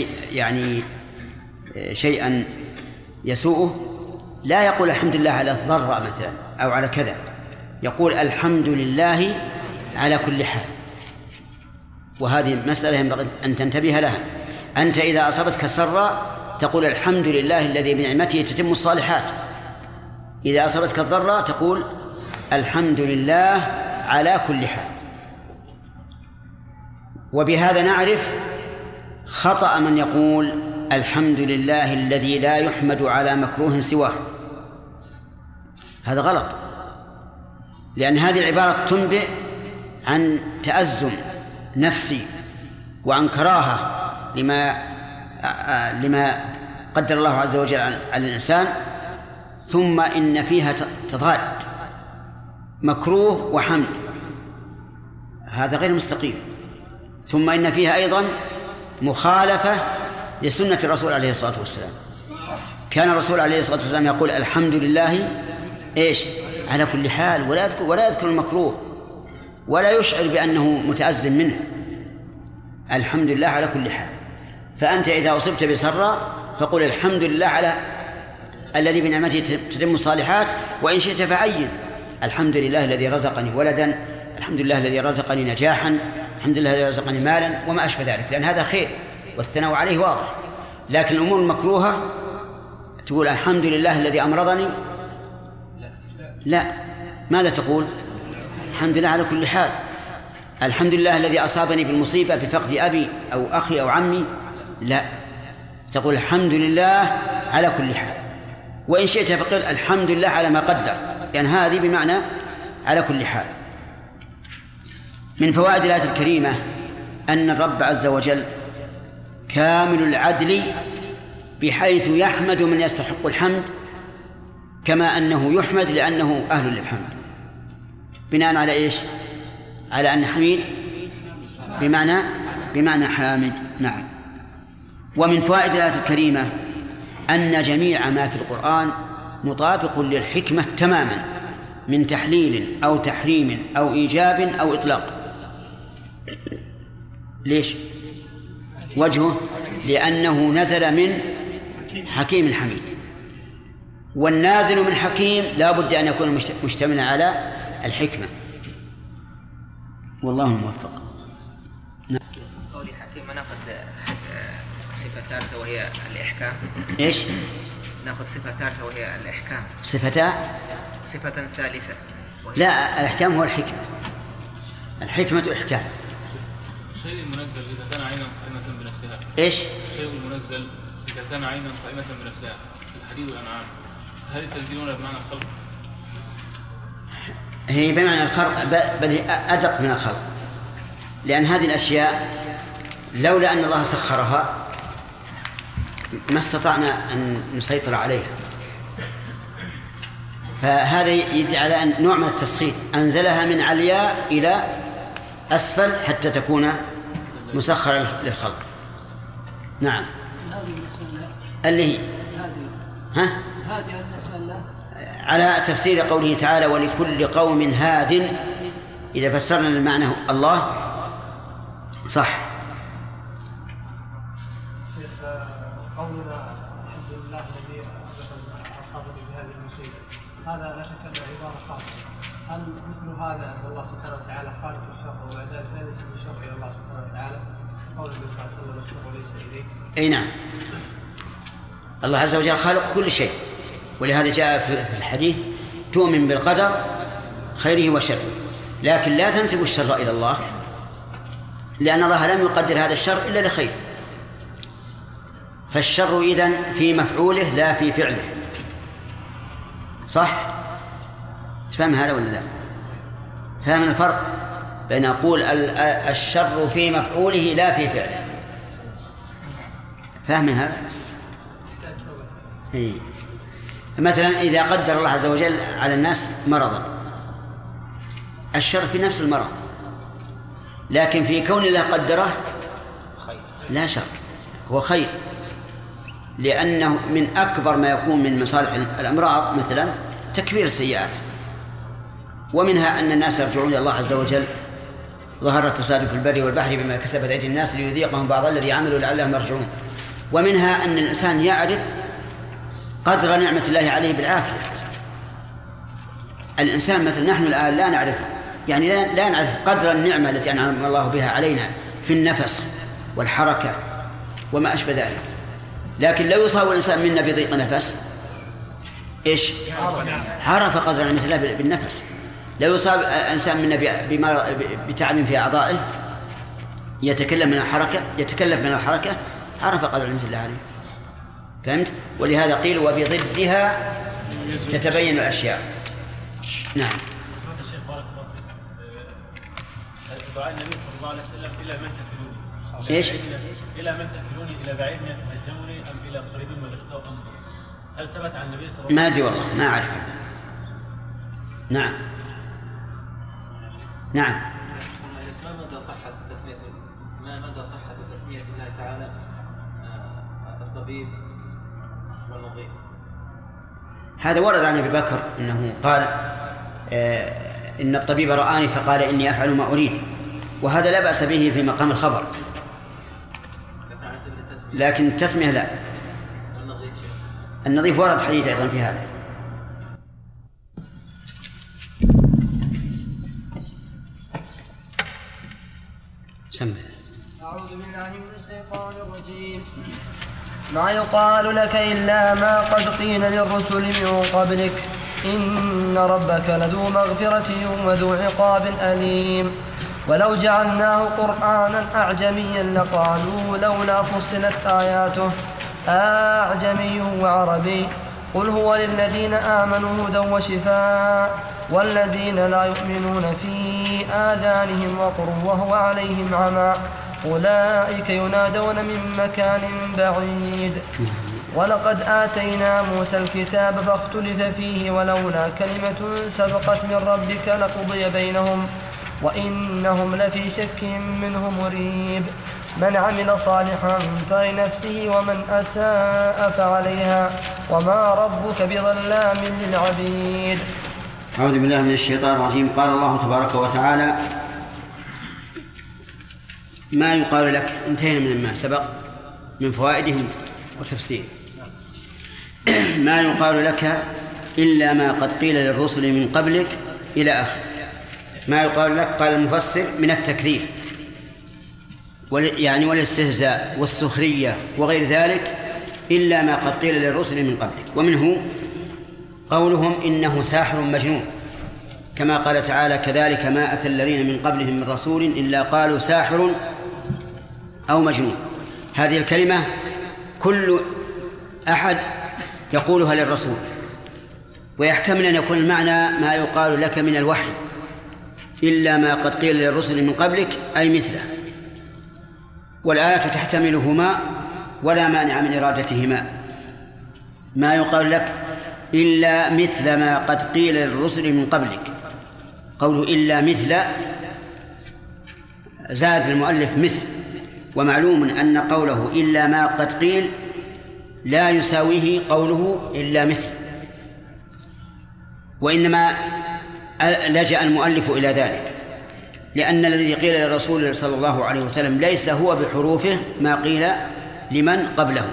شيئا يسوءه لا يقول الحمد لله على الضراء مثلا أو على كذا، يقول الحمد لله على كل حال. وهذه مسألة ينبغي أن تنتبه لها. أنت إذا أصابتك سراء تقول الحمد لله الذي بنعمته تتم الصالحات. إذا أصابتك الضرة تقول الحمد لله على كل حال. وبهذا نعرف خطأ من يقول الحمد لله الذي لا يحمد على مكروه سواه. هذا غلط، لأن هذه العبارة تنبئ عن تأزم نفسي وعن كراهة لما قدر الله عز وجل على الإنسان، ثم إن فيها تضاد مكروه وحمد، هذا غير مستقيم. ثم إن فيها أيضا مخالفة لسنة الرسول عليه الصلاة والسلام. كان الرسول عليه الصلاة والسلام يقول الحمد لله على كل حال، ولا يذكر المكروه ولا يشعر بأنه متأزم منه. الحمد لله على كل حال. فأنت إذا أصبت بسرة فقل الحمد لله على الذي بنعمته تتم الصالحات، وإن شئت فعين الحمد لله الذي رزقني ولدا، الحمد لله الذي رزقني نجاحا، الحمد لله الذي رزقني مالا، وما أشبه ذلك، لأن هذا خير والثناء عليه واضح. لكن الأمور المكروهة تقول الحمد لله الذي أمرضني، لا، ماذا تقول؟ الحمد لله على كل حال. الحمد لله الذي أصابني بالمصيبة بفقد أبي أو أخي أو عمي، لا، تقول الحمد لله على كل حال. وإن شئت فقل الحمد لله على ما قدر، يعني هذه بمعنى على كل حال. من فوائد الآية الكريمة أن الرب عز وجل كامل العدل، بحيث يحمد من يستحق الحمد كما أنه يحمد لأنه أهل للحمد. بناء على إيش؟ على أن حميد بمعنى حامد. نعم. ومن فوائد الآية الكريمة أن جميع ما في القرآن مطابق للحكمة تماما، من تحليل أو تحريم أو إيجاب أو إطلاق. ليش؟ وجهه لأنه نزل من حكيم حميد، والنازل من حكيم لا بد أن يكون مشتملا على الحكمة، والله موفق. قولي حكيم ناخذ صفة ثالثة وهي الإحكام. إيش؟ ناخذ صفة ثالثة وهي الإحكام. صفة ثالثة لا، الإحكام هو الحكمة. الحكمة إحكام. الشيء المنزل إذا كان عينا قائمة بنفسها. إيش؟ الشيء المنزل إذا كان عينا قائمة بنفسها، الحديد والأنعام، هل التنزيلون بمعنى الخلق؟ هي بمعنى الخلق، بل أدق من الخلق، لأن هذه الأشياء لولا أن الله سخرها ما استطعنا أن نسيطر عليها. فهذا يدل على أن نوع من التسخير، أنزلها من علياء إلى أسفل حتى تكون مسخرة للخلق. نعم. اللي هي هذه على تفسير قوله تعالى ولكل قوم هاد، إذا فسرنا المعنى الله صح. قولنا الحمد لله الذي أصابني بهذه المصيبة، هذا لا شك أنه عبارة خاصة. هل مثل هذا أن الله سبحانه وتعالى خالق الشر وبعد ذلك لا ينسب الشر إلى الله سبحانه وتعالى؟ قول النبي صلى الله عليه وسلم الشر ليس إليك. أي نعم، الله عز وجل خالق كل شيء، ولهذا جاء في الحديث تؤمن بالقدر خيره وشره، لكن لا تنسب الشر إلى الله، لأن الله لم يقدر هذا الشر إلا لخير. فالشر إذن في مفعوله لا في فعله، صح؟ تفهم هذا ولا لا؟ فهم الفرق بين أقول الشر في مفعوله لا في فعله؟ فهم هذا؟ إيه. مثلا إذا قدر الله عز وجل على الناس مرضا، الشر في نفس المرض، لكن في كون الله قدره لا شر، هو خير، لأنه من أكبر ما يكون من مصالح الأمراض مثلا تكبير السيئات، ومنها أن الناس يرجعون إلى الله عز وجل. ظهر الفساد في البر والبحر بما كسبت أيدي الناس ليذيقهم بعض الذي عملوا لعلهم يرجعون. ومنها أن الإنسان يعرف قدر نعمة الله عليه بالعافية. الإنسان مثل نحن الآن لا نعرف، يعني لا نعرف قدر النعمة التي أنعم الله بها علينا في النفس والحركة وما أشبه ذلك. لكن لو يصاب الإنسان منا بضيق نفس إيش؟ عرف قدر مثله بالنفس. لو يصاب الإنسان منا بتعب في أعضائه يتكلم من الحركة عرف قدر مثله عليه. فهمت؟ ولهذا قيل وبضدها تتبين الأشياء. نعم. سمعت الشيخ بارك الله فيك دعاء النبي صلى الله عليه وسلم إلى من تأكلوني. إيش؟ إلى من تأكلوني، إلى بعيد يتهجمني أم إلى قريب ولفتاء أم؟ هل ثبت عن النبي صلى الله عليه وسلم؟ ما أدري والله، ما أعرف. نعم. ما مدى صحة تسمية الله تعالى الطبيب والنظيف؟ هذا ورد عن أبي بكر أنه قال إن الطبيب رآني فقال إني أفعل ما أريد، وهذا لا بأس به في مقام الخبر، لكن التسمية لا. النظيف ورد حديث أيضا في هذا. سمع. أعوذ بالله من الشيطان الرجيم. ما يقال لك إلا ما قد قيل للرسل من قبلك إن ربك لذو مغفرة وذو عقاب أليم. ولو جعلناه قرآنا أعجميا لقالوا لولا فصلت آياته أعجمي وعربي قل هو للذين آمنوا هدى وشفاء والذين لا يؤمنون في آذانهم وقر وهو عليهم عمى أولئك ينادون من مكان بعيد. ولقد آتينا موسى الكتاب فاختلف فيه ولولا كلمة سبقت من ربك لقضي بينهم وإنهم لفي شك منه مريب. من عمل صالحا فلنفسه ومن أساء فعليها وما ربك بظلام للعبيد. أعوذ بالله من الشيطان الرجيم. قال الله تبارك وتعالى ما يقال لك، انتهينا من ما سبق من فوائدهم وتفسير. ما يقال لك إلا ما قد قيل للرسل من قبلك إلى آخر. ما يقال لك قال المفسر من التكذيب يعني والاستهزاء والسخرية وغير ذلك إلا ما قد قيل للرسل من قبلك. ومنه قولهم إنه ساحر مجنون، كما قال تعالى كذلك ما أتى الذين من قبلهم من رسول إلا قالوا ساحر أو مجنون. هذه الكلمة كل أحد يقولها للرسول، ويحتمل أن يكون المعنى ما يقال لك من الوحي إلا ما قد قيل للرسل من قبلك أي مثله، والآية تحتملهما ولا مانع من إرادتهما. ما يقال لك إلا مثل ما قد قيل للرسل من قبلك، قوله إلا مثل زاد المؤلف مثل، ومعلوم أن قوله إلا ما قد قيل لا يساويه قوله إلا مثل، وإنما لجأ المؤلف إلى ذلك لأن الذي قيل للرسول صلى الله عليه وسلم ليس هو بحروفه ما قيل لمن قبله،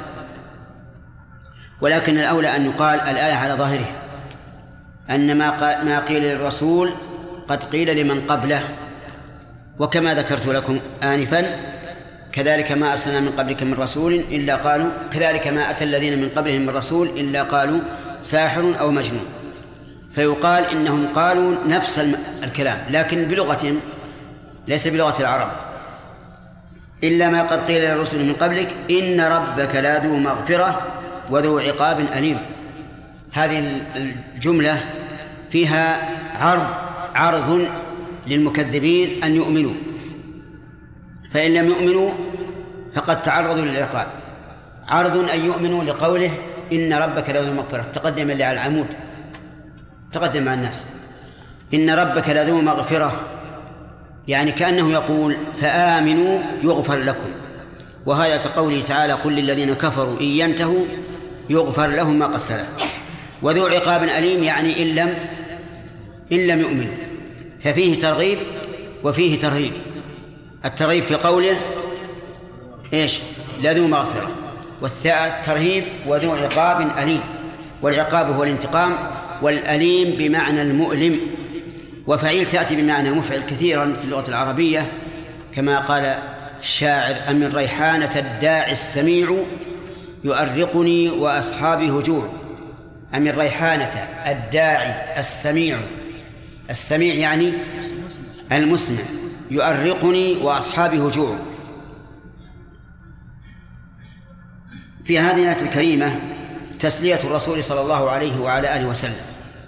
ولكن الأولى أن يقال الآية على ظاهرها أن ما قيل للرسول قد قيل لمن قبله. وكما ذكرت لكم آنفا كذلك ما أرسلنا من قبلك من رسول إلا قالوا كذلك ما أتى الذين من قبلهم من رسول إلا قالوا ساحر أو مجنون، فيقال إنهم قالوا نفس الكلام لكن بلغتهم ليس بلغة العرب. إلا ما قد قيل للرسل من قبلك إن ربك لذو مغفرة وذو عقاب أليم. هذه الجملة فيها عرض للمكذبين أن يؤمنوا، فإن لم يؤمنوا فقد تعرضوا للعقاب. عرض أن يؤمنوا لقوله إن ربك لذو مغفرة، تقدم اللي على العمود، تقدم مع الناس. إن ربك لذو مغفرة يعني كأنه يقول فآمنوا يغفر لكم، وهذا كقوله تعالى قل للذين كفروا إن ينتهوا يغفر لهم ما قد سلف. وذو عقاب أليم يعني إن لم يؤمنوا، ففيه ترغيب وفيه ترهيب. الترغيب في قوله إيش لذو مغفرة، والترهيب وذو عقاب أليم، والعقاب هو الانتقام، والأليم بمعنى المؤلم. وفعيل تأتي بمعنى مفعل كثيرا في اللغة العربية، كما قال الشاعر أمن ريحانة الداعي السميع يؤرقني وأصحابي هجوع، أم الريحانة الداعي السميع يعني المسمع، يؤرقني وأصحابي هجوع. في هذه الآية الكريمة تسلية الرسول صلى الله عليه وعلى آله وسلم،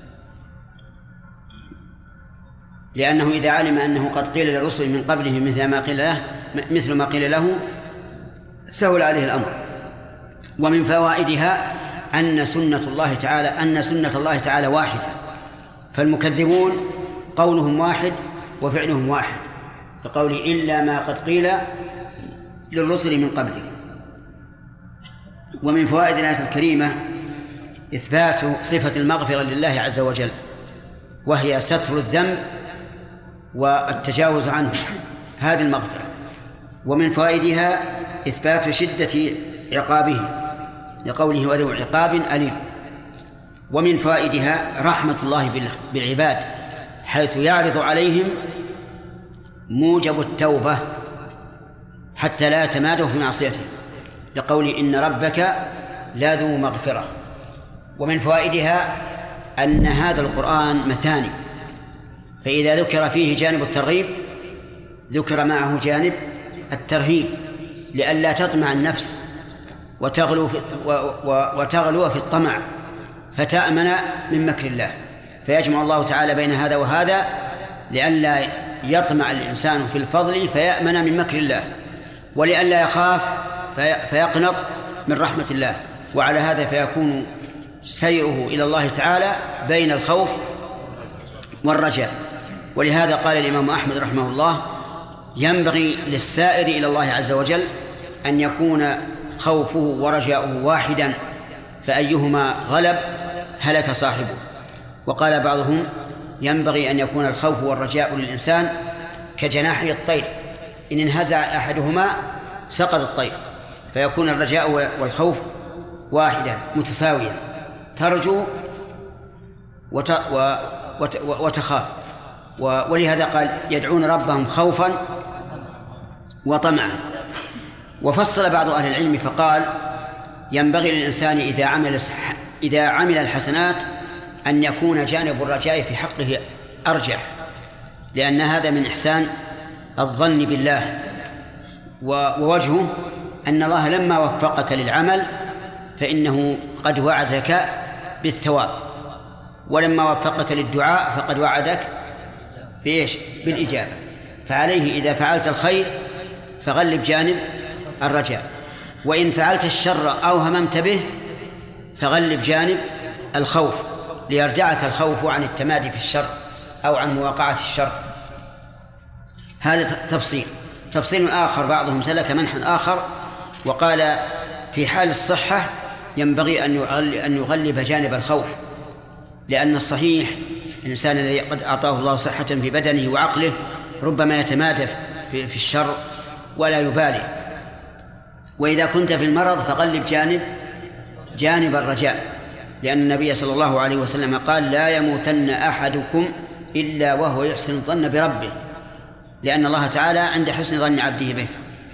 لأنه إذا علم أنه قد قيل للرسل من قبله مثل ما قيل له سهل عليه الأمر. ومن فوائدها أن سنة الله تعالى واحدة، فالمكذبون قولهم واحد وفعلهم واحد، فقول إلا ما قد قيل للرسل من قبله. ومن فوائد الآية الكريمة إثبات صفة المغفرة لله عز وجل، وهي ستر الذنب والتجاوز عنه، هذه المغفرة. ومن فوائدها إثبات شدة عقابه لقوله وذو عقاب أليم. ومن فوائدها رحمة الله بالعباد، حيث يعرض عليهم موجب التوبة حتى لا يتمادوا في معصيته، لقول إن ربك لذو مغفرة. ومن فوائدها أن هذا القرآن مثاني، فإذا ذكر فيه جانب الترغيب ذكر معه جانب الترهيب، لئلا تطمع النفس وتغلو في الطمع فتأمن من مكر الله، فيجمع الله تعالى بين هذا وهذا لئلا يطمع الإنسان في الفضل فيأمن من مكر الله، ولئلا يخاف فيقنط من رحمة الله. وعلى هذا فيكون سيره إلى الله تعالى بين الخوف والرجاء. ولهذا قال الإمام أحمد رحمه الله ينبغي للسائر إلى الله عز وجل أن يكون خوفه ورجاؤه واحدا، فأيهما غلب هلك صاحبه. وقال بعضهم ينبغي أن يكون الخوف والرجاء للإنسان كجناحي الطير، إن انهزع أحدهما سقط الطير، فيكون الرجاء والخوف واحدا متساويا، ترجو وتخاف. ولهذا قال يدعون ربهم خوفا وطمعا. وفصل بعض أهل العلم فقال ينبغي للإنسان إذا عمل الحسنات أن يكون جانب الرجاء في حقه أرجح، لأن هذا من إحسان الظن بالله. ووجهه أن الله لما وفقك للعمل فإنه قد وعدك بالثواب، ولما وفقك للدعاء فقد وعدك بالإجابة. فعليه إذا فعلت الخير فغلب جانب الرجاء، وإن فعلت الشر أو هممت به فغلب جانب الخوف، ليرجعك الخوف عن التمادي في الشر أو عن مواقعة الشر. هذا تفصيل آخر. بعضهم سلك منحا آخر وقال في حال الصحة ينبغي أن يغلب جانب الخوف، لأن الصحيح الإنسان الذي قد أعطاه الله صحة في بدنه وعقله ربما يتمادى في الشر ولا يبالي. وإذا كنت في المرض فغلب جانب الرجاء، لأن النبي صلى الله عليه وسلم قال لا يموتن أحدكم إلا وهو يحسن الظن بربه، لأن الله تعالى عند حسن ظن عبده به.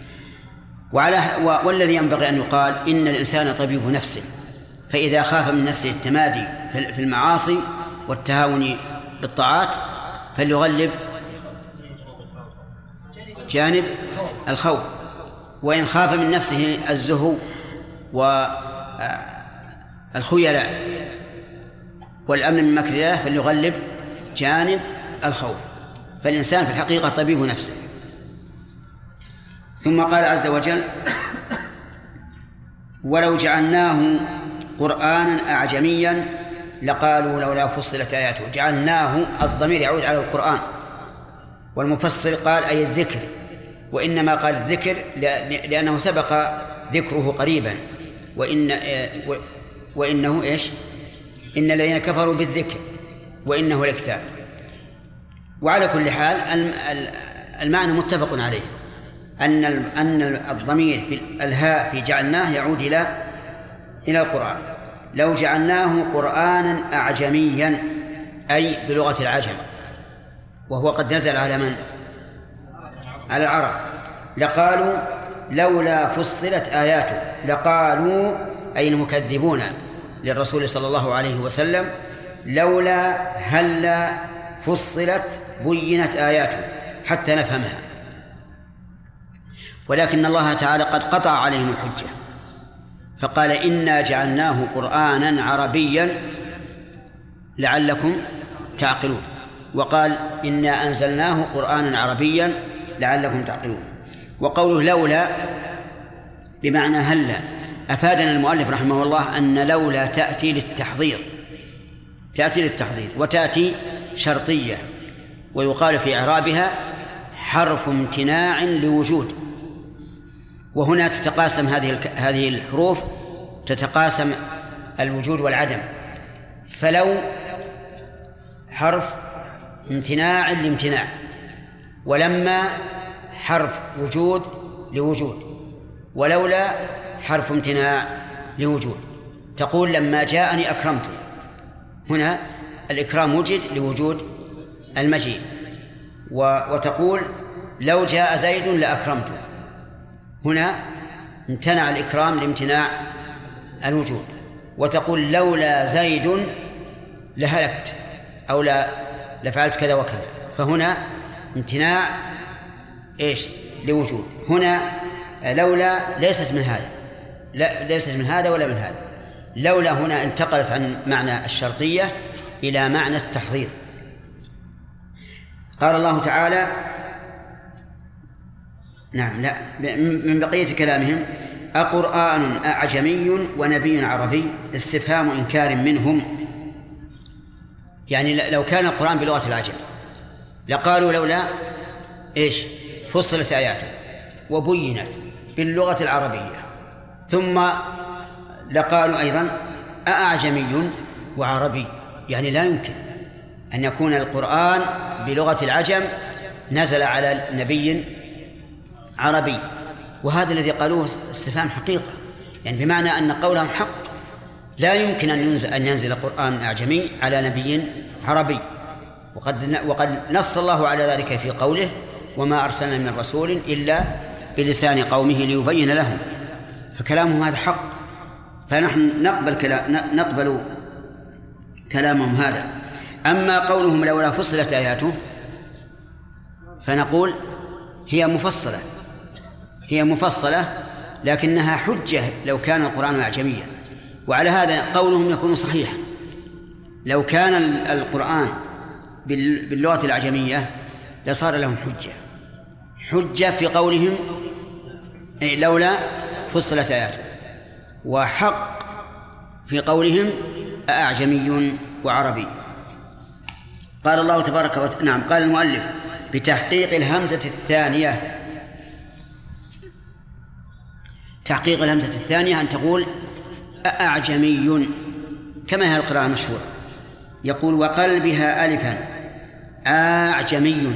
والذي ينبغي أن يقال إن الإنسان طبيب نفسه، فإذا خاف من نفسه التمادي في المعاصي والتهاون بالطاعات فليغلب جانب الخوف، وإن خاف من نفسه الزهو والخيلاء والأمن من مكر الله فليغلب جانب الخوف. فالإنسان في الحقيقة طبيب نفسه. ثم قال عز وجل ولو جعلناه قرآنا أعجميا لقالوا لولا فصلت آياته. جعلناه الضمير يعود على القرآن، والمفسر قال أي الذكر، وإنما قال الذكر لأنه سبق ذكره قريبا، وإنه إيش؟ إن الذين كفروا بالذكر وإنه لكتاب. وعلى كل حال المعنى متفق عليه، أن الضمير في الهاء في جعلناه يعود إلى القرآن. لو جعلناه قرآنا أعجميا أي بلغة العجم، وهو قد نزل على من؟ على العرب. لقالوا لولا فصلت آياته، لقالوا أي المكذبون للرسول صلى الله عليه وسلم: لولا هلا فصلت بينت آياته حتى نفهمها. ولكن الله تعالى قد قطع عليهم الحجة فقال: إنا جعلناه قرآنا عربيا لعلكم تعقلون، وقال: إنا أنزلناه قرآنا عربيا لعلكم تعقلون. وقوله لولا بمعنى هلا. أفادنا المؤلف رحمه الله أن لولا تأتي للتحضير، وتأتي شرطية، ويقال في إعرابها حرف امتناع لوجود. وهنا تتقاسم هذه الحروف، تتقاسم الوجود والعدم. فلو حرف امتناع لامتناع، ولما حرف وجود لوجود، ولولا حرف امتناع لوجود. تقول: لما جاءني أكرمته، هنا الإكرام وجد لوجود المجيء. وتقول: لو جاء زيد لأكرمته، هنا امتنع الإكرام لامتناع الوجود. وتقول: لولا زيد لهلكت، أو لفعلت كذا وكذا، فهنا امتناع لوجود. هنا لولا ليست من هذا، لا ليست من هذا ولا من هذا. لولا هنا انتقلت عن معنى الشرطية إلى معنى التحضير. قال الله تعالى: من بقية كلامهم: أقرآن أعجمي ونبي عربي، استفهام إنكار منهم. يعني لو كان القرآن بلغة العجم لقالوا لولا فصلت آياته وبينت باللغة العربية، ثم لقالوا أيضا أعجمي وعربي، يعني لا يمكن أن يكون القرآن بلغة العجم نزل على نبي عربي. وهذا الذي قالوه استفهام حقيقة، يعني بمعنى أن قولهم حق. لا يمكن أن ينزل قرآن أعجمي على نبي عربي، وقد نص الله على ذلك في قوله: وما أرسلنا من رسول إلا بلسان قومه ليبين لهم. فكلامهم هذا حق، فنحن نقبل كلامهم هذا. أما قولهم لولا فصلت آياته فنقول: هي مفصلة لكنها حجة لو كان القرآن أعجميا. وعلى هذا قولهم يكون صحيحا. لو كان القرآن باللغة الأعجمية لصار لهم حجة في قولهم لولا فصلت آياته، وحق في قولهم أعجمي وعربي. قال الله تبارك وتعالى قال المؤلف: بتحقيق الهمزة الثانية. تحقيق الهمزة الثانية أن تقول أعجمي، كما هي القراءة المشهورة. يقول: وقلبها ألفا أعجمي،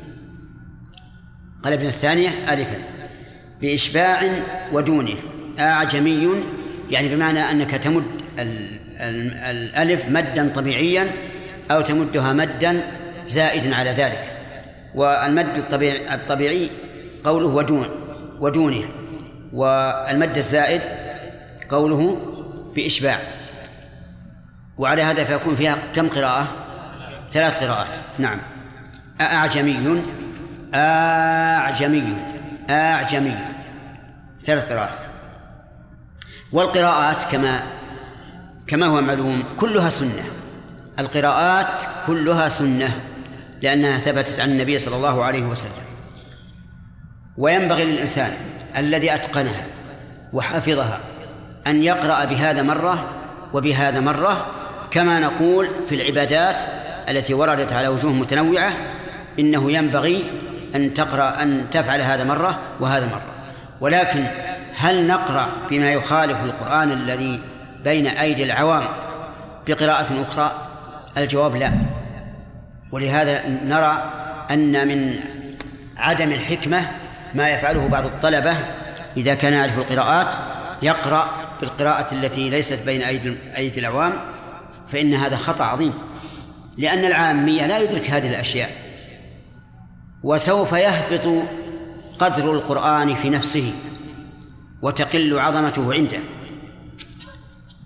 قلبنا الثانية ألفا بإشباع ودونه. أعجمي يعني بمعنى أنك تمد الألف مدا طبيعيا أو تمدها مدا زائدا على ذلك. والمد الطبيعي قوله ودونه، والمد الزائد قوله بإشباع. وعلى هذا فيكون فيها كم قراءة؟ 3 قراءات. نعم. أعجمي أعجمي أعجمي، 3 قراءات. والقراءات كما هو معلوم كلها سنة. القراءات كلها سنة لأنها ثبتت عن النبي صلى الله عليه وسلم. وينبغي للإنسان الذي أتقنها وحفظها أن يقرأ بهذا مرة وبهذا مرة، كما نقول في العبادات التي وردت على وجوه متنوعة إنه ينبغي أن تفعل هذا مرة وهذا مرة. ولكن هل نقرأ بما يخالف القرآن الذي بين أيدي العوام بقراءة أخرى؟ الجواب لا. ولهذا نرى أن من عدم الحكمة ما يفعله بعض الطلبة إذا كان يعرف القراءات يقرأ بالقراءة التي ليست بين أيدي العوام، فإن هذا خطأ عظيم، لأن العامية لا يدرك هذه الأشياء، وسوف يهبط قدر القرآن في نفسه وتقل عظمته عنده.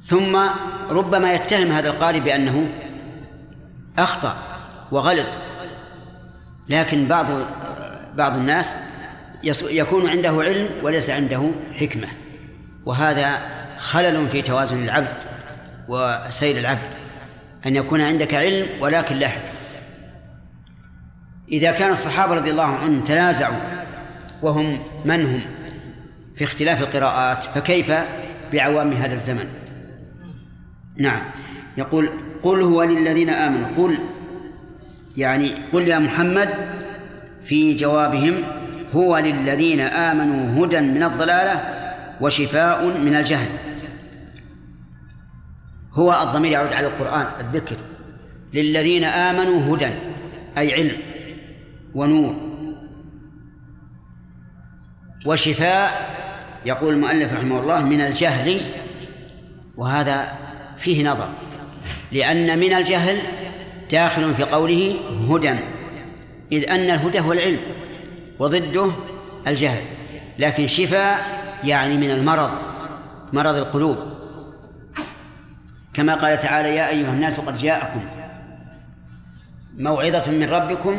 ثم ربما يتهم هذا القارئ بأنه أخطأ وغلط، لكن بعض الناس يكون عنده علم وليس عنده حكمة، وهذا خلل في توازن العبد وسير العبد، أن يكون عندك علم ولكن لا حكمة. إذا كان الصحابة رضي الله عنهم تنازعوا وهم من هم في اختلاف القراءات، فكيف بعوام هذا الزمن؟ نعم، يقول قل هو للذين آمنوا، قل يا محمد في جوابهم هو للذين آمنوا هدى من الضلالة وشفاء من الجهل. هو الضمير يعود على القرآن الذكر، للذين آمنوا هدى أي علم ونور، وشفاء يقول المؤلف رحمه الله من الجهل، وهذا فيه نظر، لأن من الجهل داخل في قوله هدى، إذ أن الهدى هو العلم وضده الجهل، لكن شفاء يعني من المرض، مرض القلوب، كما قال تعالى يا أيها الناس قد جاءكم موعظة من ربكم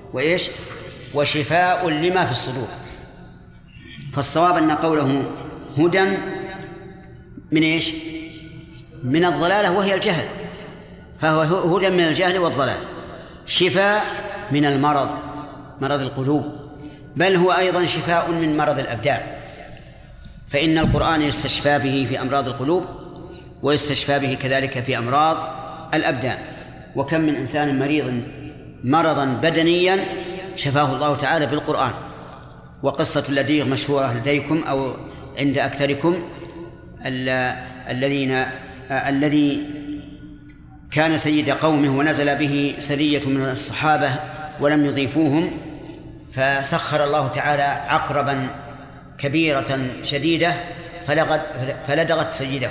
وشفاء لما في الصدور. فالصواب أن قوله هدى من من الضلالة وهي الجهل، فهو هدى من الجهل والضلال، شفاء من المرض، مرض القلوب، بل هو أيضا شفاء من مرض الأبدان، فإن القرآن يستشفى به في أمراض القلوب ويستشفى به كذلك في أمراض الأبدان. وكم من إنسان مريض مرضا بدنيا شفاه الله تعالى بالقرآن. وقصة اللديغ مشهورة لديكم أو عند أكثركم، الذي كان سيد قومه ونزل به سرية من الصحابة ولم يضيفوهم، فسخر الله تعالى عقربا كبيرة شديدة فلدغت سيده،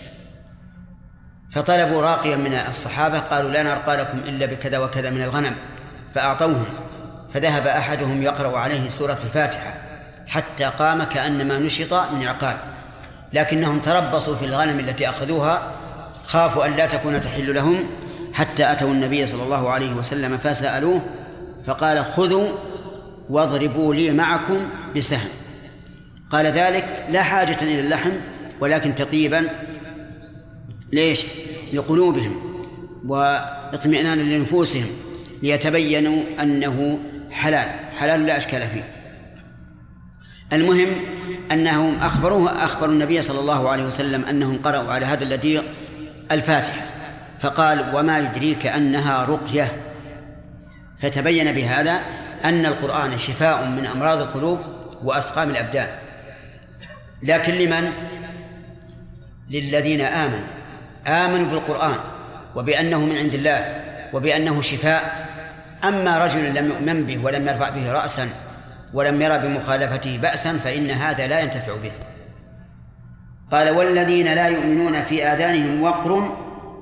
فطلبوا راقيا من الصحابة، قالوا لا نرقى لكم إلا بكذا وكذا من الغنم، فأعطوهم، فذهب أحدهم يقرأ عليه سورة الفاتحة حتى قام كأنما نشط من عقال، لكنهم تربصوا في الغنم التي أخذوها، خافوا أن لا تكون تحل لهم، حتى أتوا النبي صلى الله عليه وسلم فسألوه، فقال خذوا واضربوا لي معكم بسهم. قال ذلك لا حاجة إلى اللحم، ولكن تطيبا لقلوبهم واطمئنانا لنفوسهم، ليتبينوا أنه حلال لا أشكال فيه. المهم أنهم أخبروا النبي صلى الله عليه وسلم أنهم قرأوا على هذا الذي الفاتحة، فقال وما يدريك أنها رقية، فتبين بهذا أن القرآن شفاء من أمراض القلوب وأسقام الأبدان. لكن لمن؟ للذين آمنوا بالقرآن وبأنه من عند الله وبأنه شفاء. أما رجل لم يؤمن به ولم يرفع به رأسا ولم يرى بمخالفته بأسا فإن هذا لا ينتفع به. قال والذين لا يؤمنون في آذانهم وقر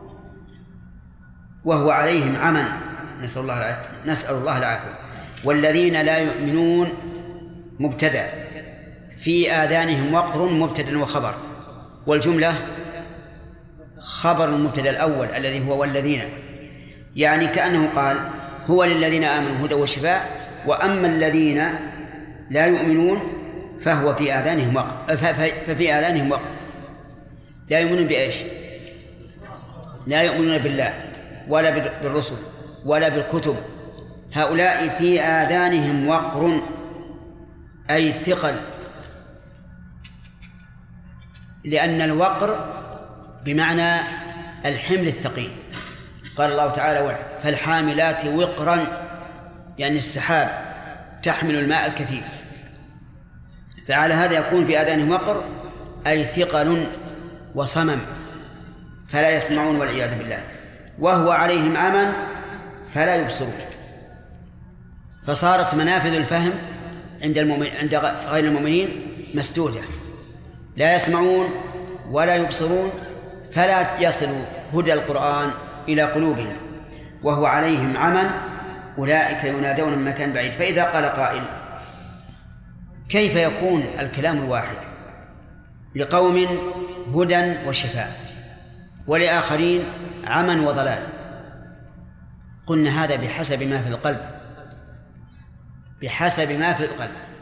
وهو عليهم عمى، نسأل الله العافية. والذين لا يؤمنون مبتدأ، في آذانهم وقر مبتدأ وخبر، والجملة خبر المبتدأ الأول الذي هو والذين، يعني كأنه قال هو للذين آمنوا هدى وشفاء، وأما الذين لا يؤمنون فهو في آذانهم وقر، ففي آذانهم وقر. لا يؤمنون بإيش؟ لا يؤمنون بالله ولا بالرسل ولا بالكتب، هؤلاء في آذانهم وقر أي ثقل، لأن الوقر بمعنى الحمل الثقيل. قال الله تعالى فالحاملات وقرا، يعني السحاب تحمل الماء الكثير، فعلى هذا يكون في آذانهم وقر أي ثقل وصمم فلا يسمعون والعياذ بالله، وهو عليهم عمى فلا يبصرون. فصارت منافذ الفهم عند غير المؤمنين مسدودة، لا يسمعون ولا يبصرون، فلا يصل هدى القرآن إلى قلوبهم، وهو عليهم عمى أولئك ينادون من مكان بعيد. فإذا قال قائل كيف يكون الكلام الواحد لقوم هدى وشفاء ولآخرين عمى وضلال. قلنا هذا بحسب ما في القلب، بحسب ما في القلب.